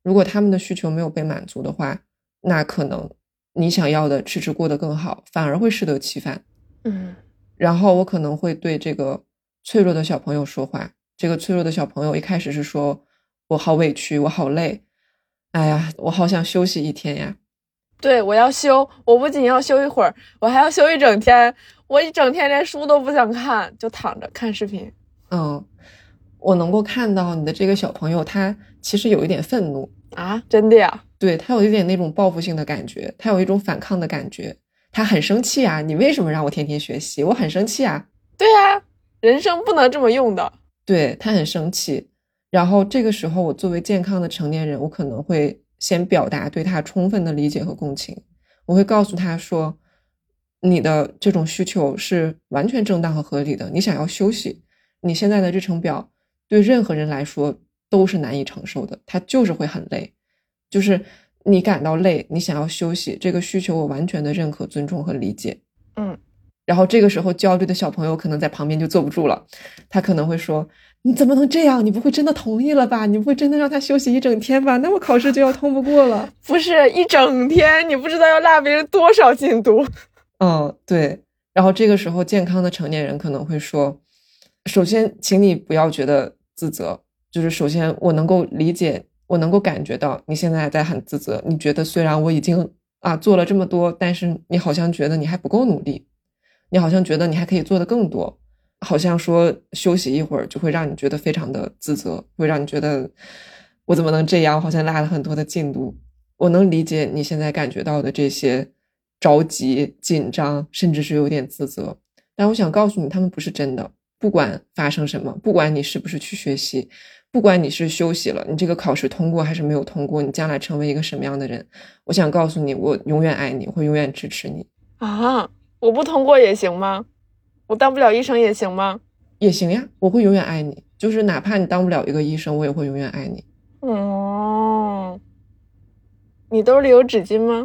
如果他们的需求没有被满足的话，那可能你想要的迟迟过得更好，反而会适得其反。 嗯， 然后我可能会对这个脆弱的小朋友说话，这个脆弱的小朋友一开始是说我好委屈，我好累，哎呀，我好想休息一天呀。 对，我要休，我不仅要休一会儿，我还要休一整天，我一整天连书都不想看，就躺着看视频。 嗯，我能够看到你的这个小朋友他其实有一点愤怒啊，真的呀？ 对，他有一点那种报复性的感觉，他有一种反抗的感觉，他很生气啊，你为什么让我天天学习？我很生气啊。 对啊，人生不能这么用的。 对，他很生气，然后这个时候我作为健康的成年人，我可能会先表达对他充分的理解和共情，我会告诉他说你的这种需求是完全正当和合理的，你想要休息，你现在的日程表对任何人来说都是难以承受的，他就是会很累，就是你感到累，你想要休息，这个需求我完全的认可、尊重和理解。 嗯， 然后这个时候焦虑的小朋友可能在旁边就坐不住了，他可能会说你怎么能这样，你不会真的同意了吧，你不会真的让他休息一整天吧，那我考试就要通不过了。 不是一整天，你不知道要落别人多少进度。 嗯，对。然后这个时候健康的成年人可能会说，首先请你不要觉得自责，就是首先我能够理解，我能够感觉到你现在在很自责，你觉得虽然我已经啊做了这么多，但是你好像觉得你还不够努力，你好像觉得你还可以做得更多，好像说休息一会儿就会让你觉得非常的自责，会让你觉得我怎么能这样，我好像落了很多的进度。我能理解你现在感觉到的这些着急、紧张，甚至是有点自责，但我想告诉你，他们不是真的。不管发生什么，不管你是不是去学习，不管你是休息了，你这个考试通过还是没有通过，你将来成为一个什么样的人，我想告诉你，我永远爱你，我会永远支持你。 啊，我不通过也行吗？我当不了医生也行吗？ 也行呀，我会永远爱你，就是哪怕你当不了一个医生，我也会永远爱你。 哦，你兜里有纸巾吗？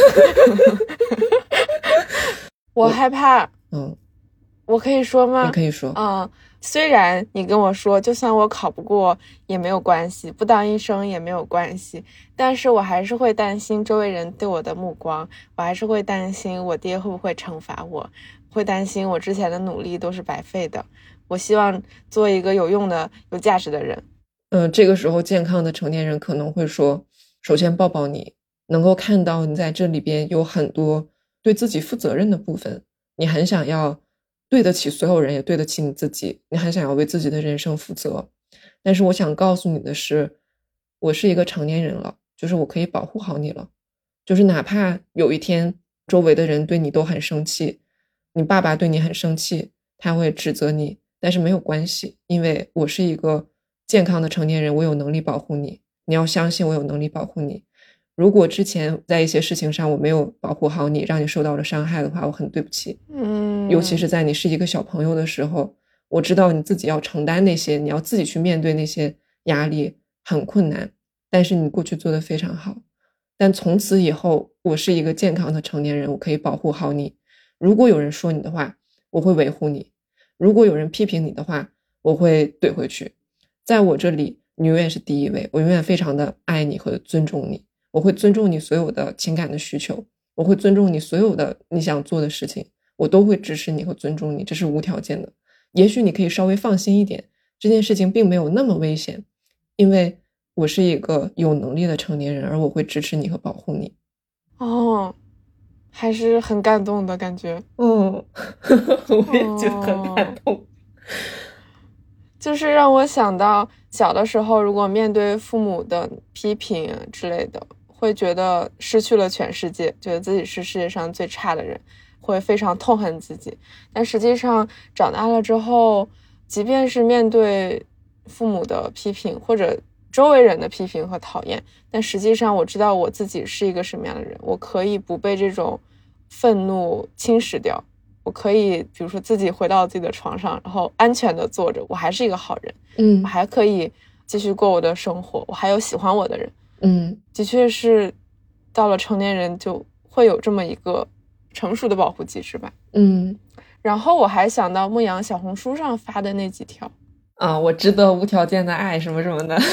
我害怕。 嗯， 我可以说吗？ 你可以说。 嗯，虽然你跟我说就算我考不过也没有关系，不当医生也没有关系，但是我还是会担心周围人对我的目光，我还是会担心我爹会不会惩罚我，会担心我之前的努力都是白费的。我希望做一个有用的有价值的人。 嗯，这个时候健康的成年人可能会说，首先抱抱你，能够看到你在这里边有很多对自己负责任的部分，你很想要对得起所有人，也对得起你自己，你很想要为自己的人生负责。但是我想告诉你的是，我是一个成年人了，就是我可以保护好你了，就是哪怕有一天周围的人对你都很生气，你爸爸对你很生气，他会指责你，但是没有关系，因为我是一个健康的成年人，我有能力保护你，你要相信我有能力保护你。如果之前在一些事情上我没有保护好你，让你受到了伤害的话，我很对不起。 嗯， 尤其是在你是一个小朋友的时候，我知道你自己要承担那些，你要自己去面对那些压力，很困难，但是你过去做得非常好。但从此以后，我是一个健康的成年人，我可以保护好你。如果有人说你的话，我会维护你；如果有人批评你的话，我会怼回去。在我这里，你永远是第一位，我永远非常的爱你和尊重你，我会尊重你所有的情感的需求，我会尊重你所有的你想做的事情，我都会支持你和尊重你，这是无条件的。也许你可以稍微放心一点，这件事情并没有那么危险，因为我是一个有能力的成年人，而我会支持你和保护你。 哦，还是很感动的感觉。 哦，我也觉得很感动。哦， 就是让我想到小的时候，如果面对父母的批评之类的，会觉得失去了全世界，觉得自己是世界上最差的人，会非常痛恨自己。但实际上长大了之后，即便是面对父母的批评或者周围人的批评和讨厌，但实际上我知道我自己是一个什么样的人，我可以不被这种愤怒侵蚀掉，我可以比如说自己回到自己的床上，然后安全的坐着，我还是一个好人， 嗯， 我还可以继续过我的生活，我还有喜欢我的人。 嗯， 的确是到了成年人就会有这么一个成熟的保护机制吧。 嗯， 然后我还想到牧羊小红书上发的那几条啊，我值得无条件的爱什么什么的。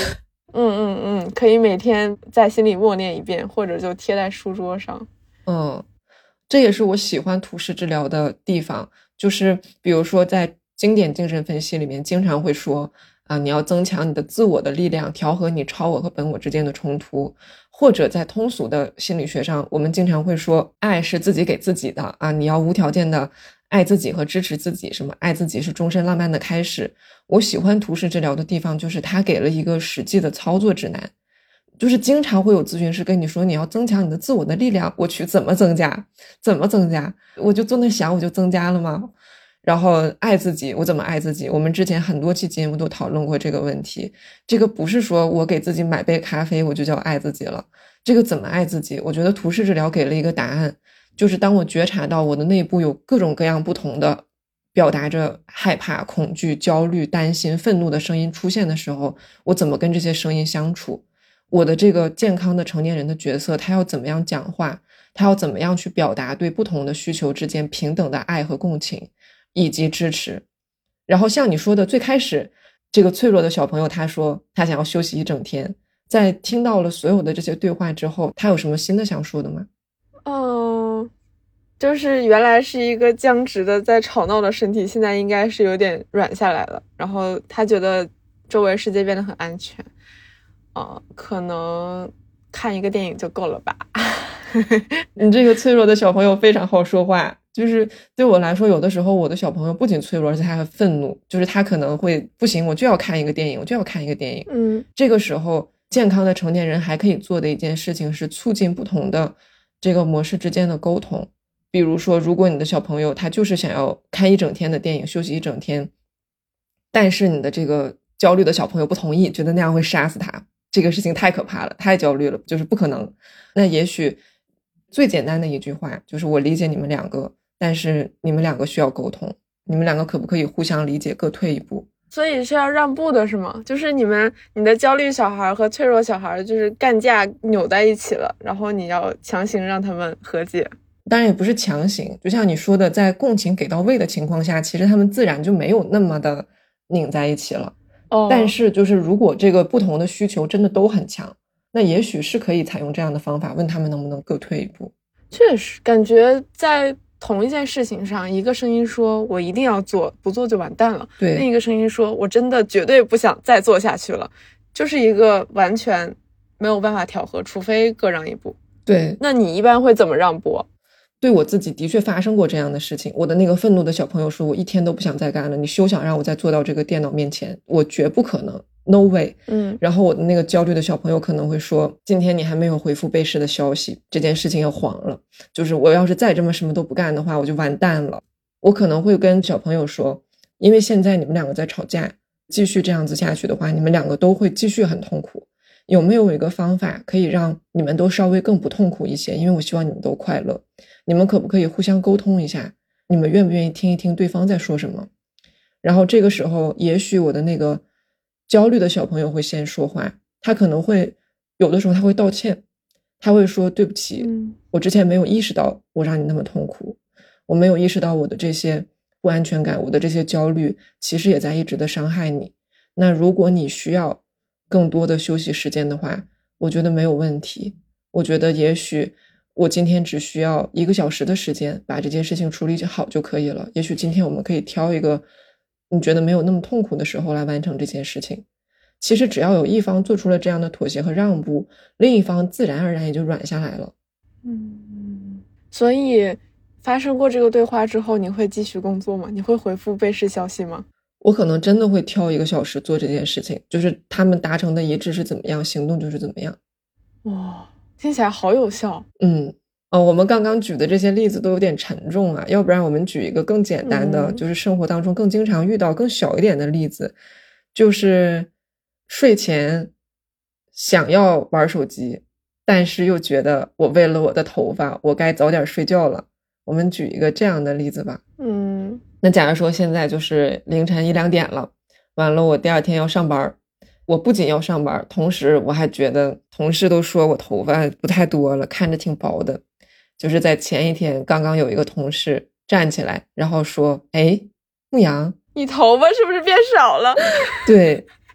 嗯嗯嗯，可以每天在心里默念一遍，或者就贴在书桌上。 嗯，这也是我喜欢图式治疗的地方，就是比如说在经典精神分析里面经常会说啊，你要增强你的自我的力量，调和你超我和本我之间的冲突。或者在通俗的心理学上，我们经常会说爱是自己给自己的啊，你要无条件的爱自己和支持自己，什么爱自己是终身浪漫的开始。我喜欢图式治疗的地方就是它给了一个实际的操作指南，就是经常会有咨询师跟你说你要增强你的自我的力量，我去怎么增加怎么增加，我就坐那想我就增加了吗？然后爱自己，我怎么爱自己？我们之前很多期节目都讨论过这个问题。这个不是说我给自己买杯咖啡我就叫爱自己了，这个怎么爱自己？我觉得图式治疗给了一个答案，就是当我觉察到我的内部有各种各样不同的表达着害怕、恐惧、焦虑、担心、愤怒的声音出现的时候，我怎么跟这些声音相处？我的这个健康的成年人的角色，他要怎么样讲话？他要怎么样去表达对不同的需求之间平等的爱和共情以及支持？然后像你说的，最开始这个脆弱的小朋友他说他想要休息一整天，在听到了所有的这些对话之后，他有什么新的想说的吗？ 嗯，就是原来是一个僵直的在吵闹的身体，现在应该是有点软下来了，然后他觉得周围世界变得很安全。呃，可能看一个电影就够了吧。 你这个脆弱的小朋友非常好说话，就是对我来说，有的时候我的小朋友不仅脆弱，而且他还愤怒，就是他可能会不行，我就要看一个电影，我就要看一个电影。 嗯， 这个时候健康的成年人还可以做的一件事情是促进不同的这个模式之间的沟通。比如说，如果你的小朋友他就是想要看一整天的电影，休息一整天，但是你的这个焦虑的小朋友不同意，觉得那样会杀死他，这个事情太可怕了，太焦虑了，就是不可能。那也许最简单的一句话就是我理解你们两个，但是你们两个需要沟通，你们两个可不可以互相理解，各退一步？ 所以是要让步的是吗？就是你们你的焦虑小孩和脆弱小孩就是干架扭在一起了，然后你要强行让他们和解。 当然也不是强行，就像你说的，在共情给到位的情况下，其实他们自然就没有那么的拧在一起了。 哦， 但是就是如果这个不同的需求真的都很强，那也许是可以采用这样的方法，问他们能不能各退一步。 确实感觉在同一件事情上，一个声音说我一定要做，不做就完蛋了， 对， 另一个声音说我真的绝对不想再做下去了，就是一个完全没有办法调和，除非各让一步。 对， 那你一般会怎么让步？ 对我自己的确发生过这样的事情，我的那个愤怒的小朋友说我一天都不想再干了，你休想让我再坐到这个电脑面前，我绝不可能， no way。 嗯， 然后我的那个焦虑的小朋友可能会说，今天你还没有回复贝氏的消息，这件事情要黄了，就是我要是再这么什么都不干的话，我就完蛋了。我可能会跟小朋友说，因为现在你们两个在吵架，继续这样子下去的话，你们两个都会继续很痛苦，有没有一个方法可以让你们都稍微更不痛苦一些？因为我希望你们都快乐，你们可不可以互相沟通一下？你们愿不愿意听一听对方在说什么？然后这个时候也许我的那个焦虑的小朋友会先说话，他可能会有的时候他会道歉，他会说对不起、嗯、我之前没有意识到我让你那么痛苦，我没有意识到我的这些不安全感，我的这些焦虑其实也在一直的伤害你。那如果你需要更多的休息时间的话，我觉得没有问题。我觉得也许我今天只需要一个小时的时间把这件事情处理好就可以了，也许今天我们可以挑一个你觉得没有那么痛苦的时候来完成这件事情。其实只要有一方做出了这样的妥协和让步，另一方自然而然也就软下来了。 嗯，所以发生过这个对话之后，你会继续工作吗？你会回复贝氏消息吗？ 我可能真的会挑一个小时做这件事情，就是他们达成的一致是怎么样，行动就是怎么样。 哇，听起来好有效。 嗯，哦，我们刚刚举的这些例子都有点沉重啊，要不然我们举一个更简单的、嗯、就是生活当中更经常遇到更小一点的例子，就是睡前想要玩手机，但是又觉得我为了我的头发我该早点睡觉了。我们举一个这样的例子吧。 嗯， 那假如说现在就是凌晨一两点了，完了我第二天要上班，我不仅要上班，同时我还觉得同事都说我头发不太多了，看着挺薄的。就是在前一天刚刚有一个同事站起来然后说，哎，牧羊， 你头发是不是变少了？ 对，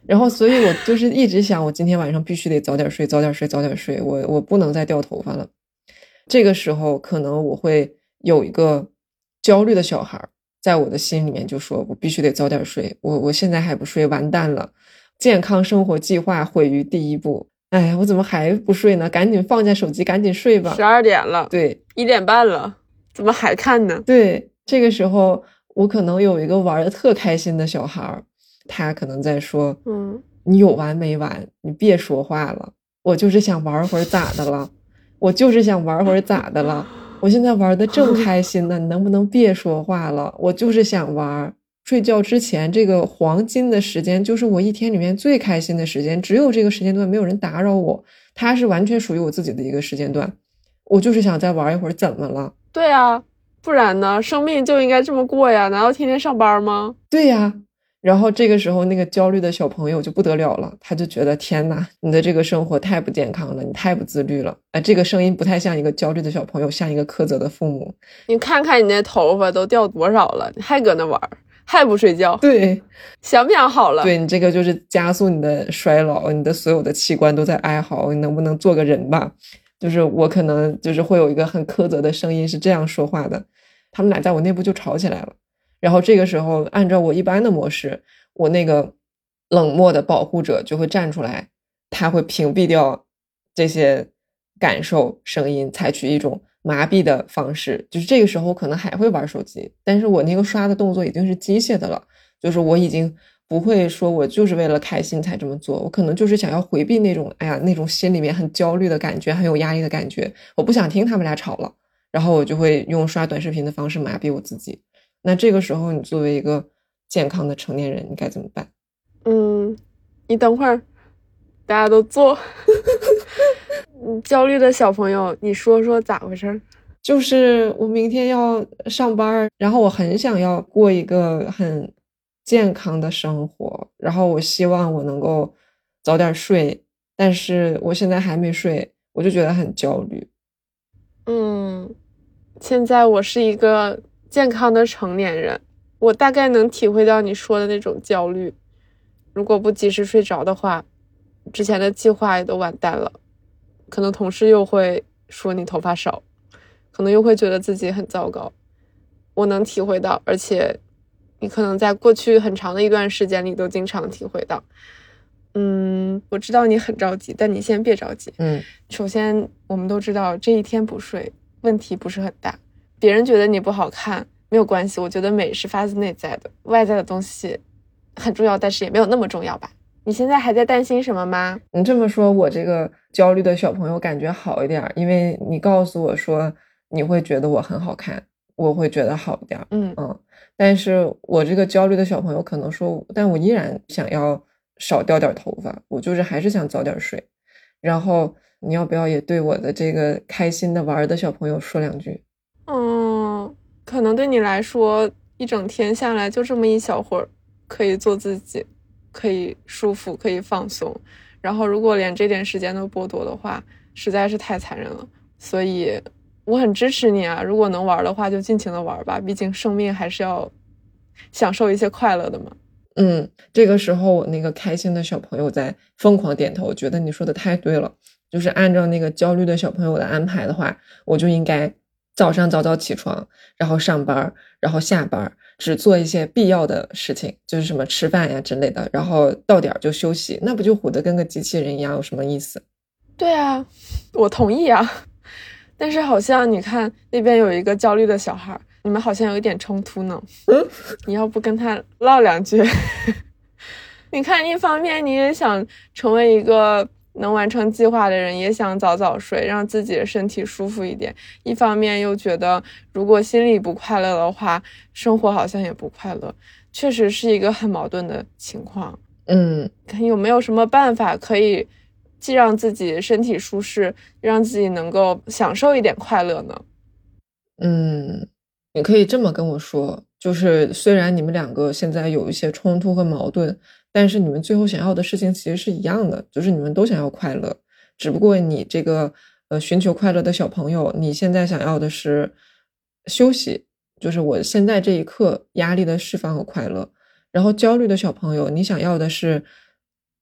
然后所以我就是一直想我今天晚上必须得早点睡早点睡早点睡，我我不能再掉头发了。这个时候可能我会有一个焦虑的小孩在我的心里面就说我必须得早点睡，我我现在还不睡完蛋了，健康生活计划毁于第一步。哎，我怎么还不睡呢？赶紧放下手机赶紧睡吧。 十二点了， 对， 一点半了，怎么还看呢？ 对，这个时候我可能有一个玩的特开心的小孩，他可能在说嗯， 你有完没完，你别说话了，我就是想玩会儿咋的了，我就是想玩会儿咋的了，我现在玩的正开心呢，你能不能别说话了，我就是想玩。睡觉之前这个黄金的时间就是我一天里面最开心的时间，只有这个时间段没有人打扰我，它是完全属于我自己的一个时间段，我就是想再玩一会儿，怎么了？ 对啊，不然呢？生命就应该这么过呀，难道天天上班吗？ 对呀。然后这个时候那个焦虑的小朋友就不得了了，他就觉得天哪，你的这个生活太不健康了，你太不自律了。哎，这个声音不太像一个焦虑的小朋友，像一个苛责的父母。 你看看你那头发都掉多少了，你还搁那玩，还不睡觉？ 对， 想不想好了？ 对，你这个就是加速你的衰老，你的所有的器官都在哀嚎，你能不能做个人吧？就是我可能就是会有一个很苛责的声音是这样说话的，他们俩在我内部就吵起来了。然后这个时候按照我一般的模式，我那个冷漠的保护者就会站出来，他会屏蔽掉这些感受声音，采取一种麻痹的方式。就是这个时候可能还会玩手机，但是我那个刷的动作已经是机械的了，就是我已经不会说我就是为了开心才这么做，我可能就是想要回避那种哎呀那种心里面很焦虑的感觉，很有压力的感觉，我不想听他们俩吵了，然后我就会用刷短视频的方式麻痹我自己。那这个时候你作为一个健康的成年人你该怎么办？ 嗯，你等会儿大家都坐焦虑的小朋友你说说咋回事？ 就是我明天要上班，然后我很想要过一个很健康的生活，然后我希望我能够早点睡，但是我现在还没睡，我就觉得很焦虑。 嗯，现在我是一个健康的成年人，我大概能体会到你说的那种焦虑。如果不及时睡着的话，之前的计划也都完蛋了，可能同事又会说你头发少，可能又会觉得自己很糟糕。我能体会到，而且你可能在过去很长的一段时间里都经常体会到。嗯，我知道你很着急，但你先别着急。 嗯， 首先我们都知道这一天不睡问题不是很大，别人觉得你不好看没有关系，我觉得美是发自内在的，外在的东西很重要，但是也没有那么重要吧。你现在还在担心什么吗？ 你这么说我这个焦虑的小朋友感觉好一点，因为你告诉我说你会觉得我很好看，我会觉得好一点。 嗯嗯，但是我这个焦虑的小朋友可能说，但我依然想要少掉点头发，我就是还是想早点睡。然后你要不要也对我的这个开心的玩的小朋友说两句？ 嗯，可能对你来说一整天下来就这么一小会儿可以做自己，可以舒服，可以放松，然后如果连这点时间都剥夺的话，实在是太残忍了。所以我很支持你啊，如果能玩的话就尽情的玩吧，毕竟生命还是要享受一些快乐的嘛。 嗯，这个时候我那个开心的小朋友在疯狂点头，觉得你说的太对了，就是按照那个焦虑的小朋友的安排的话，我就应该早上早早起床，然后上班，然后下班，只做一些必要的事情，就是什么吃饭呀之类的，然后到点就休息，那不就活得跟个机器人一样，有什么意思？ 对啊，我同意啊。但是好像你看那边有一个焦虑的小孩，你们好像有一点冲突呢。 嗯， 你要不跟他唠两句？你看一方面你也想成为一个能完成计划的人，也想早早睡，让自己的身体舒服一点，一方面又觉得如果心里不快乐的话，生活好像也不快乐，确实是一个很矛盾的情况。 嗯， 看有没有什么办法可以既让自己身体舒适，让自己能够享受一点快乐呢？ 嗯，你可以这么跟我说，就是虽然你们两个现在有一些冲突和矛盾，但是你们最后想要的事情其实是一样的，就是你们都想要快乐，只不过你这个呃寻求快乐的小朋友，你现在想要的是休息，就是我现在这一刻压力的释放和快乐，然后焦虑的小朋友，你想要的是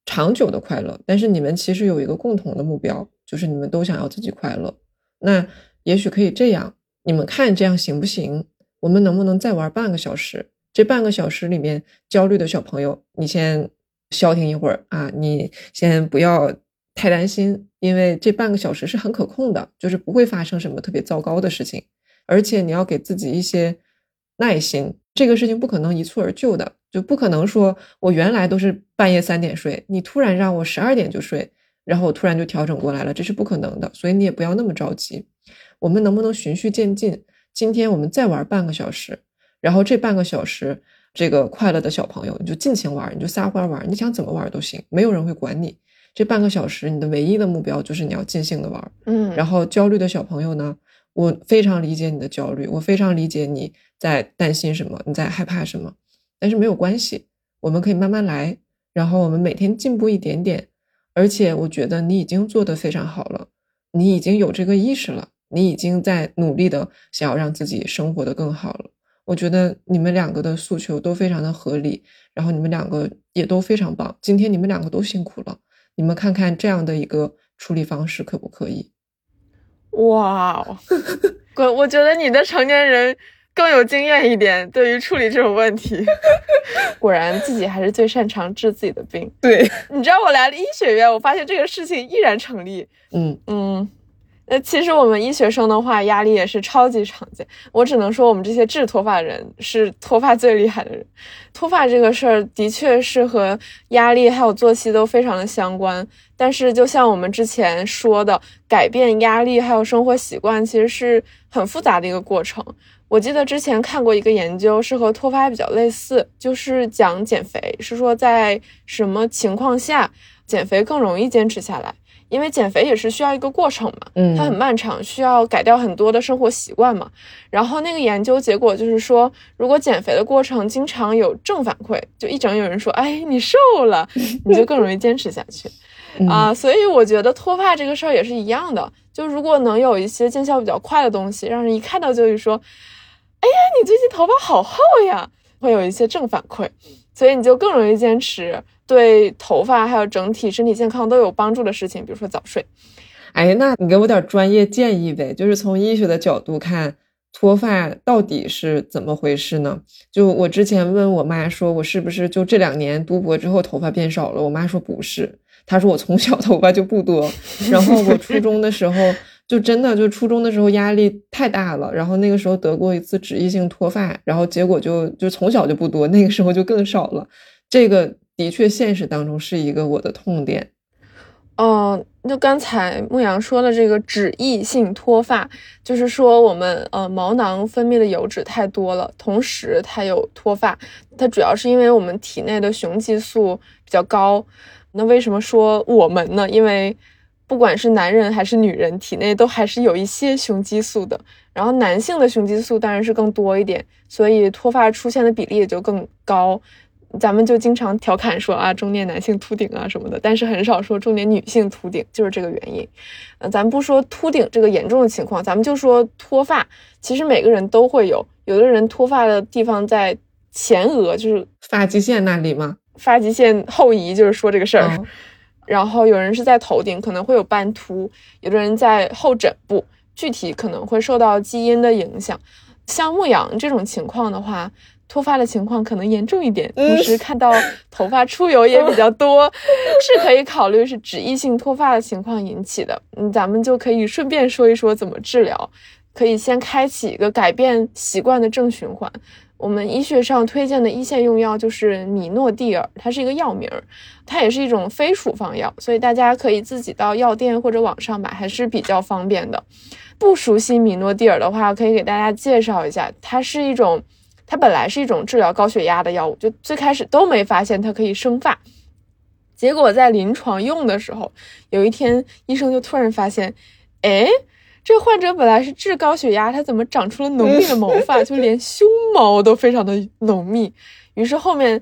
长久的快乐，但是你们其实有一个共同的目标，就是你们都想要自己快乐。那也许可以这样，你们看这样行不行？我们能不能再玩半个小时？这半个小时里面，焦虑的小朋友，你先消停一会儿啊，你先不要太担心，因为这半个小时是很可控的，就是不会发生什么特别糟糕的事情。而且你要给自己一些耐心，这个事情不可能一蹴而就的，就不可能说我原来都是半夜三点睡，你突然让我十二点就睡，然后我突然就调整过来了，这是不可能的，所以你也不要那么着急。我们能不能循序渐进？今天我们再玩半个小时，然后这半个小时这个快乐的小朋友你就尽情玩，你就撒欢玩，你想怎么玩都行，没有人会管你。这半个小时你的唯一的目标就是你要尽兴的玩。 嗯， 然后焦虑的小朋友呢，我非常理解你的焦虑，我非常理解你在担心什么，你在害怕什么，但是没有关系，我们可以慢慢来，然后我们每天进步一点点。而且我觉得你已经做得非常好了，你已经有这个意识了，你已经在努力的想要让自己生活得更好了。我觉得你们两个的诉求都非常的合理，然后你们两个也都非常棒，今天你们两个都辛苦了，你们看看这样的一个处理方式可不可以？ 哇，我我觉得你的成年人更有经验一点，对于处理这种问题。果然自己还是最擅长治自己的病。 对， 你知道我来了医学院，我发现这个事情依然成立。 嗯嗯，那其实我们医学生的话，压力也是超级常见。我只能说，我们这些治脱发的人是脱发最厉害的人。脱发这个事儿的确是和压力还有作息都非常的相关。但是就像我们之前说的，改变压力还有生活习惯其实是很复杂的一个过程。我记得之前看过一个研究，是和脱发比较类似，就是讲减肥，是说在什么情况下减肥更容易坚持下来。因为减肥也是需要一个过程嘛， 嗯， 它很漫长，需要改掉很多的生活习惯嘛。然后那个研究结果就是说，如果减肥的过程经常有正反馈，就一整有人说，哎，你瘦了，你就更容易坚持下去。啊、呃，所以我觉得脱发这个事儿也是一样的，就如果能有一些见效比较快的东西，让人一看到就会说，哎呀，你最近头发好厚呀，会有一些正反馈，所以你就更容易坚持对头发还有整体身体健康都有帮助的事情，比如说早睡。 哎，那你给我点专业建议呗，就是从医学的角度看，脱发到底是怎么回事呢？就我之前问我妈说，我是不是就这两年读博之后头发变少了？我妈说不是，她说我从小头发就不多，然后我初中的时候就真的就初中的时候压力太大了，然后那个时候得过一次脂溢性脱发，然后结果就就从小就不多，那个时候就更少了。这个的确现实当中是一个我的痛点。 嗯，就刚才牧羊说的这个脂溢性脱发，就是说我们呃毛囊分泌的油脂太多了，同时它有脱发，它主要是因为我们体内的雄激素比较高。那为什么说我们呢？因为不管是男人还是女人，体内都还是有一些雄激素的，然后男性的雄激素当然是更多一点，所以脱发出现的比例也就更高。咱们就经常调侃说啊，中年男性秃顶啊什么的，但是很少说中年女性秃顶，就是这个原因。呃，咱们不说秃顶这个严重的情况，咱们就说脱发，其实每个人都会有，有的人脱发的地方在前额，就是发际线那里吗？ 发际线后移，就是说这个事儿。 哦， 然后有人是在头顶，可能会有斑秃，有的人在后枕部，具体可能会受到基因的影响。像牧羊这种情况的话，脱发的情况可能严重一点，同时看到头发出油也比较多，是可以考虑是脂溢性脱发的情况引起的。嗯，咱们就可以顺便说一说怎么治疗。可以先开启一个改变习惯的正循环。我们医学上推荐的一线用药就是米诺地尔，它是一个药名，它也是一种非处方药，所以大家可以自己到药店或者网上买，还是比较方便的。不熟悉米诺地尔的话，可以给大家介绍一下，它是一种它本来是一种治疗高血压的药物，就最开始都没发现它可以生发，结果在临床用的时候，有一天医生就突然发现，诶，这患者本来是治高血压，他怎么长出了浓密的毛发，就连胸毛都非常的浓密。于是后面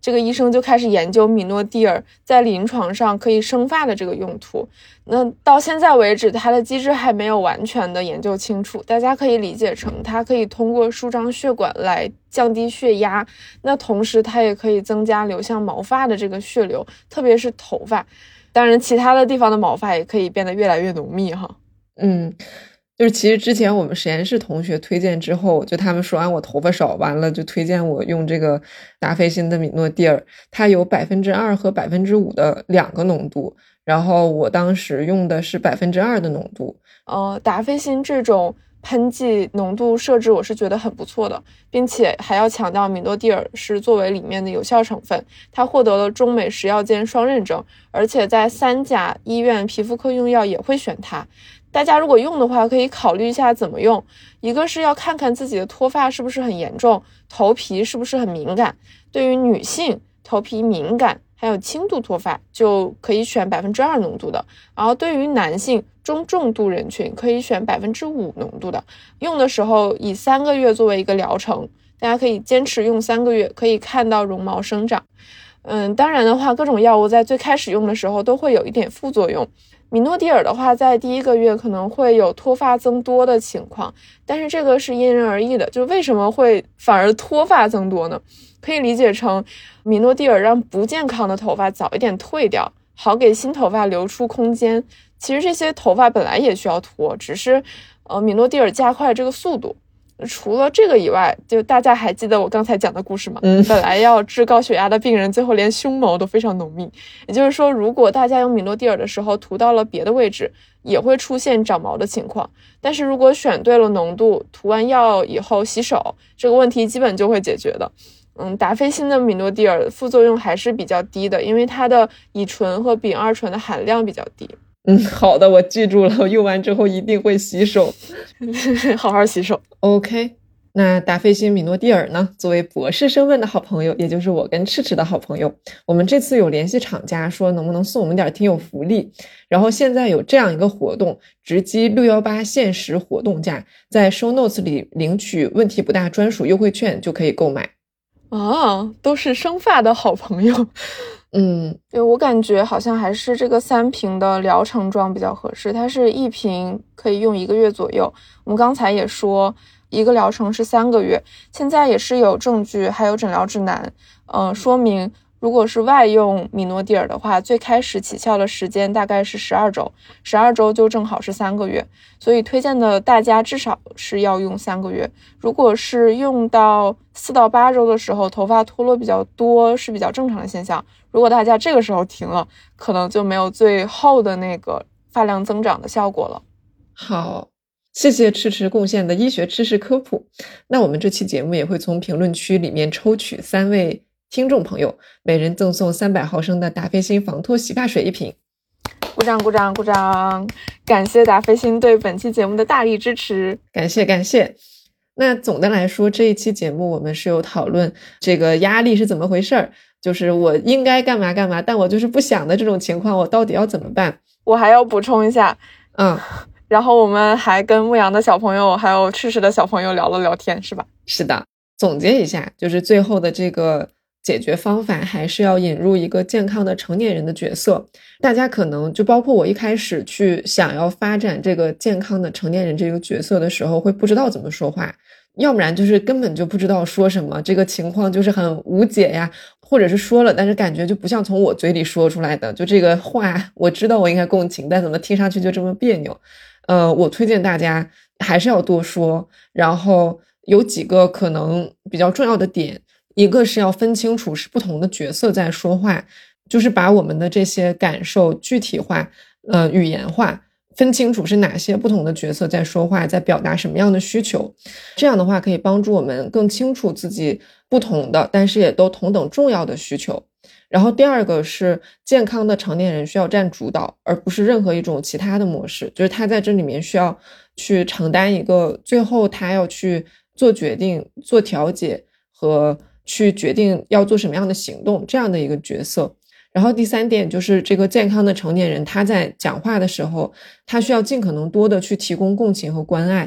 这个医生就开始研究米诺地尔在临床上可以生发的这个用途。那到现在为止，它的机制还没有完全的研究清楚，大家可以理解成它可以通过舒张血管来降低血压，那同时它也可以增加流向毛发的这个血流，特别是头发。当然其他的地方的毛发也可以变得越来越浓密哈。 嗯，就是其实之前我们实验室同学推荐之后，就他们说完我头发少，完了就推荐我用这个达霏欣的米诺地尔，它有百分之二和百分之五的两个浓度，然后我当时用的是百分之二的浓度。 呃，达霏欣这种喷剂浓度设置我是觉得很不错的，并且还要强调米诺地尔是作为里面的有效成分，它获得了中美食药监双认证，而且在三甲医院皮肤科用药也会选它。大家如果用的话可以考虑一下怎么用，一个是要看看自己的脱发是不是很严重，头皮是不是很敏感，对于女性头皮敏感还有轻度脱发就可以选百分之二浓度的，然后对于男性中重度人群可以选百分之五浓度的。用的时候以三个月作为一个疗程，大家可以坚持用三个月，可以看到绒毛生长。嗯，当然的话，各种药物在最开始用的时候都会有一点副作用。米诺地尔的话，在第一个月可能会有脱发增多的情况，但是这个是因人而异的。就为什么会反而脱发增多呢？可以理解成米诺地尔让不健康的头发早一点退掉，好给新头发留出空间。其实这些头发本来也需要脱，只是呃米诺地尔加快这个速度。除了这个以外，就大家还记得我刚才讲的故事吗？ 嗯， 本来要治高血压的病人最后连胸毛都非常浓密，也就是说如果大家用米诺地尔的时候涂到了别的位置，也会出现长毛的情况。但是如果选对了浓度，涂完药以后洗手，这个问题基本就会解决的。嗯，达霏欣的米诺地尔副作用还是比较低的，因为它的乙醇和丙二醇的含量比较低。 嗯，好的，我记住了，我用完之后一定会洗手。 好好洗手。 OK， 那达霏欣米诺地尔呢，作为博士身份的好朋友，也就是我跟赤赤的好朋友，我们这次有联系厂家说能不能送我们点听友福利，然后现在有这样一个活动，直击六一八限时活动价，在 show notes 里领取问题不大专属优惠券就可以购买。 啊，都是生发的好朋友。 嗯， 对，我感觉好像还是这个三瓶的疗程装比较合适，它是一瓶可以用一个月左右。我们刚才也说一个疗程是三个月，现在也是有证据还有诊疗指南，嗯、呃，说明如果是外用米诺地尔的话，最开始起效的时间大概是十二周，十二周就正好是三个月，所以推荐的大家至少是要用三个月。如果是用到四到八周的时候，头发脱落比较多是比较正常的现象。如果大家这个时候停了，可能就没有最后的那个发量增长的效果了。 好，谢谢赤赤贡献的医学知识科普。那我们这期节目也会从评论区里面抽取三位听众朋友，每人赠送三百毫升的达霏欣防脱洗发水一瓶。 鼓掌鼓掌鼓掌，感谢达霏欣对本期节目的大力支持。 感谢感谢。那总的来说，这一期节目我们是有讨论这个压力是怎么回事儿，就是我应该干嘛干嘛，但我就是不想的这种情况，我到底要怎么办？ 我还要补充一下， 嗯， 然后我们还跟牧羊的小朋友还有赤赤的小朋友聊了聊天，是吧？ 是的，总结一下，就是最后的这个解决方法还是要引入一个健康的成年人的角色。大家可能就包括我一开始去想要发展这个健康的成年人这个角色的时候，会不知道怎么说话，要不然就是根本就不知道说什么，这个情况就是很无解呀，或者是说了但是感觉就不像从我嘴里说出来的，就这个话我知道我应该共情，但怎么听上去就这么别扭。呃，我推荐大家还是要多说，然后有几个可能比较重要的点，一个是要分清楚是不同的角色在说话，就是把我们的这些感受具体化，呃，语言化，分清楚是哪些不同的角色在说话，在表达什么样的需求，这样的话可以帮助我们更清楚自己不同的但是也都同等重要的需求。然后第二个是健康的成年人需要占主导，而不是任何一种其他的模式，就是他在这里面需要去承担一个最后他要去做决定做调解和去决定要做什么样的行动这样的一个角色。然后第三点就是这个健康的成年人他在讲话的时候他需要尽可能多的去提供共情和关爱，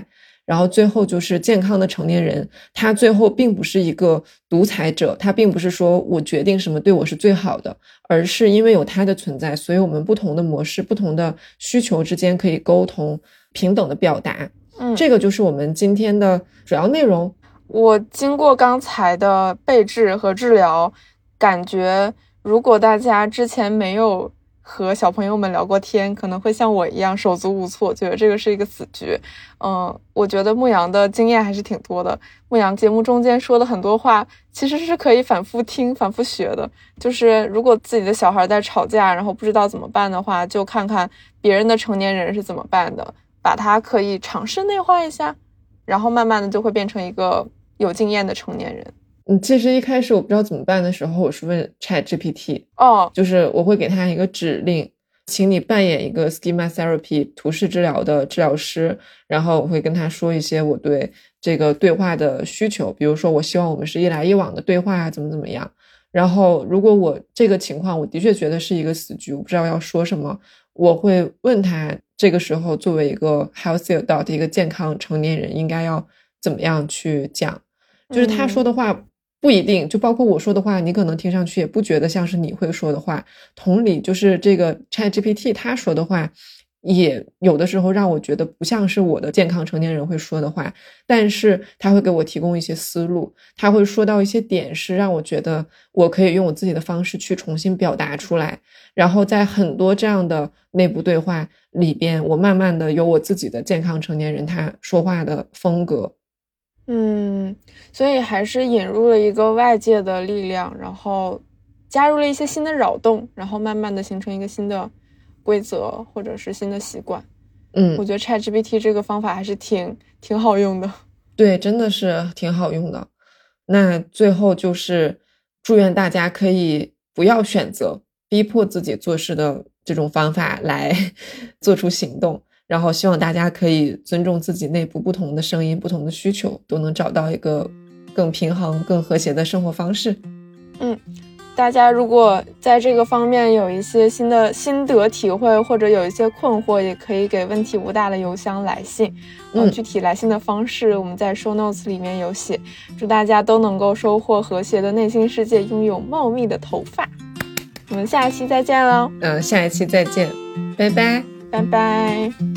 然后最后就是健康的成年人，他最后并不是一个独裁者，他并不是说我决定什么对我是最好的，而是因为有他的存在，所以我们不同的模式不同的需求之间可以沟通，平等的表达。 嗯， 这个就是我们今天的主要内容。 我经过刚才的备治和治疗，感觉如果大家之前没有和小朋友们聊过天，可能会像我一样手足无措，觉得这个是一个死局。嗯，我觉得牧羊的经验还是挺多的，牧羊节目中间说的很多话其实是可以反复听反复学的，就是如果自己的小孩在吵架然后不知道怎么办的话，就看看别人的成年人是怎么办的，把它可以尝试内化一下，然后慢慢的就会变成一个有经验的成年人。 嗯，其实一开始我不知道怎么办的时候，我是问 Chat G P T， 哦， 就是我会给他一个指令，请你扮演一个 Schema Therapy 图示治疗的治疗师，然后我会跟他说一些我对这个对话的需求，比如说我希望我们是一来一往的对话啊，怎么怎么样。然后如果我这个情况我的确觉得是一个死局，我不知道要说什么，我会问他这个时候作为一个 healthy adult 一个健康成年人应该要怎么样去讲，就是他说的话不一定，就包括我说的话你可能听上去也不觉得像是你会说的话，同理就是这个 Chat G P T 他说的话也有的时候让我觉得不像是我的健康成年人会说的话，但是他会给我提供一些思路，他会说到一些点是让我觉得我可以用我自己的方式去重新表达出来，然后在很多这样的内部对话里边，我慢慢的有我自己的健康成年人他说话的风格。 嗯，所以还是引入了一个外界的力量，然后加入了一些新的扰动，然后慢慢的形成一个新的规则或者是新的习惯。 嗯， 我觉得 Chat G P T 这个方法还是挺挺好用的。 对，真的是挺好用的。那最后就是祝愿大家可以不要选择逼迫自己做事的这种方法来做出行动，然后希望大家可以尊重自己内部不同的声音不同的需求，都能找到一个更平衡更和谐的生活方式。 嗯，大家如果在这个方面有一些新的心得体会或者有一些困惑，也可以给问题无大的邮箱来信。嗯，具体来信的方式我们在 show notes 里面有写。祝大家都能够收获和谐的内心世界，拥有茂密的头发。我们下一期再见喽。 嗯，下一期再见，拜拜， 拜拜。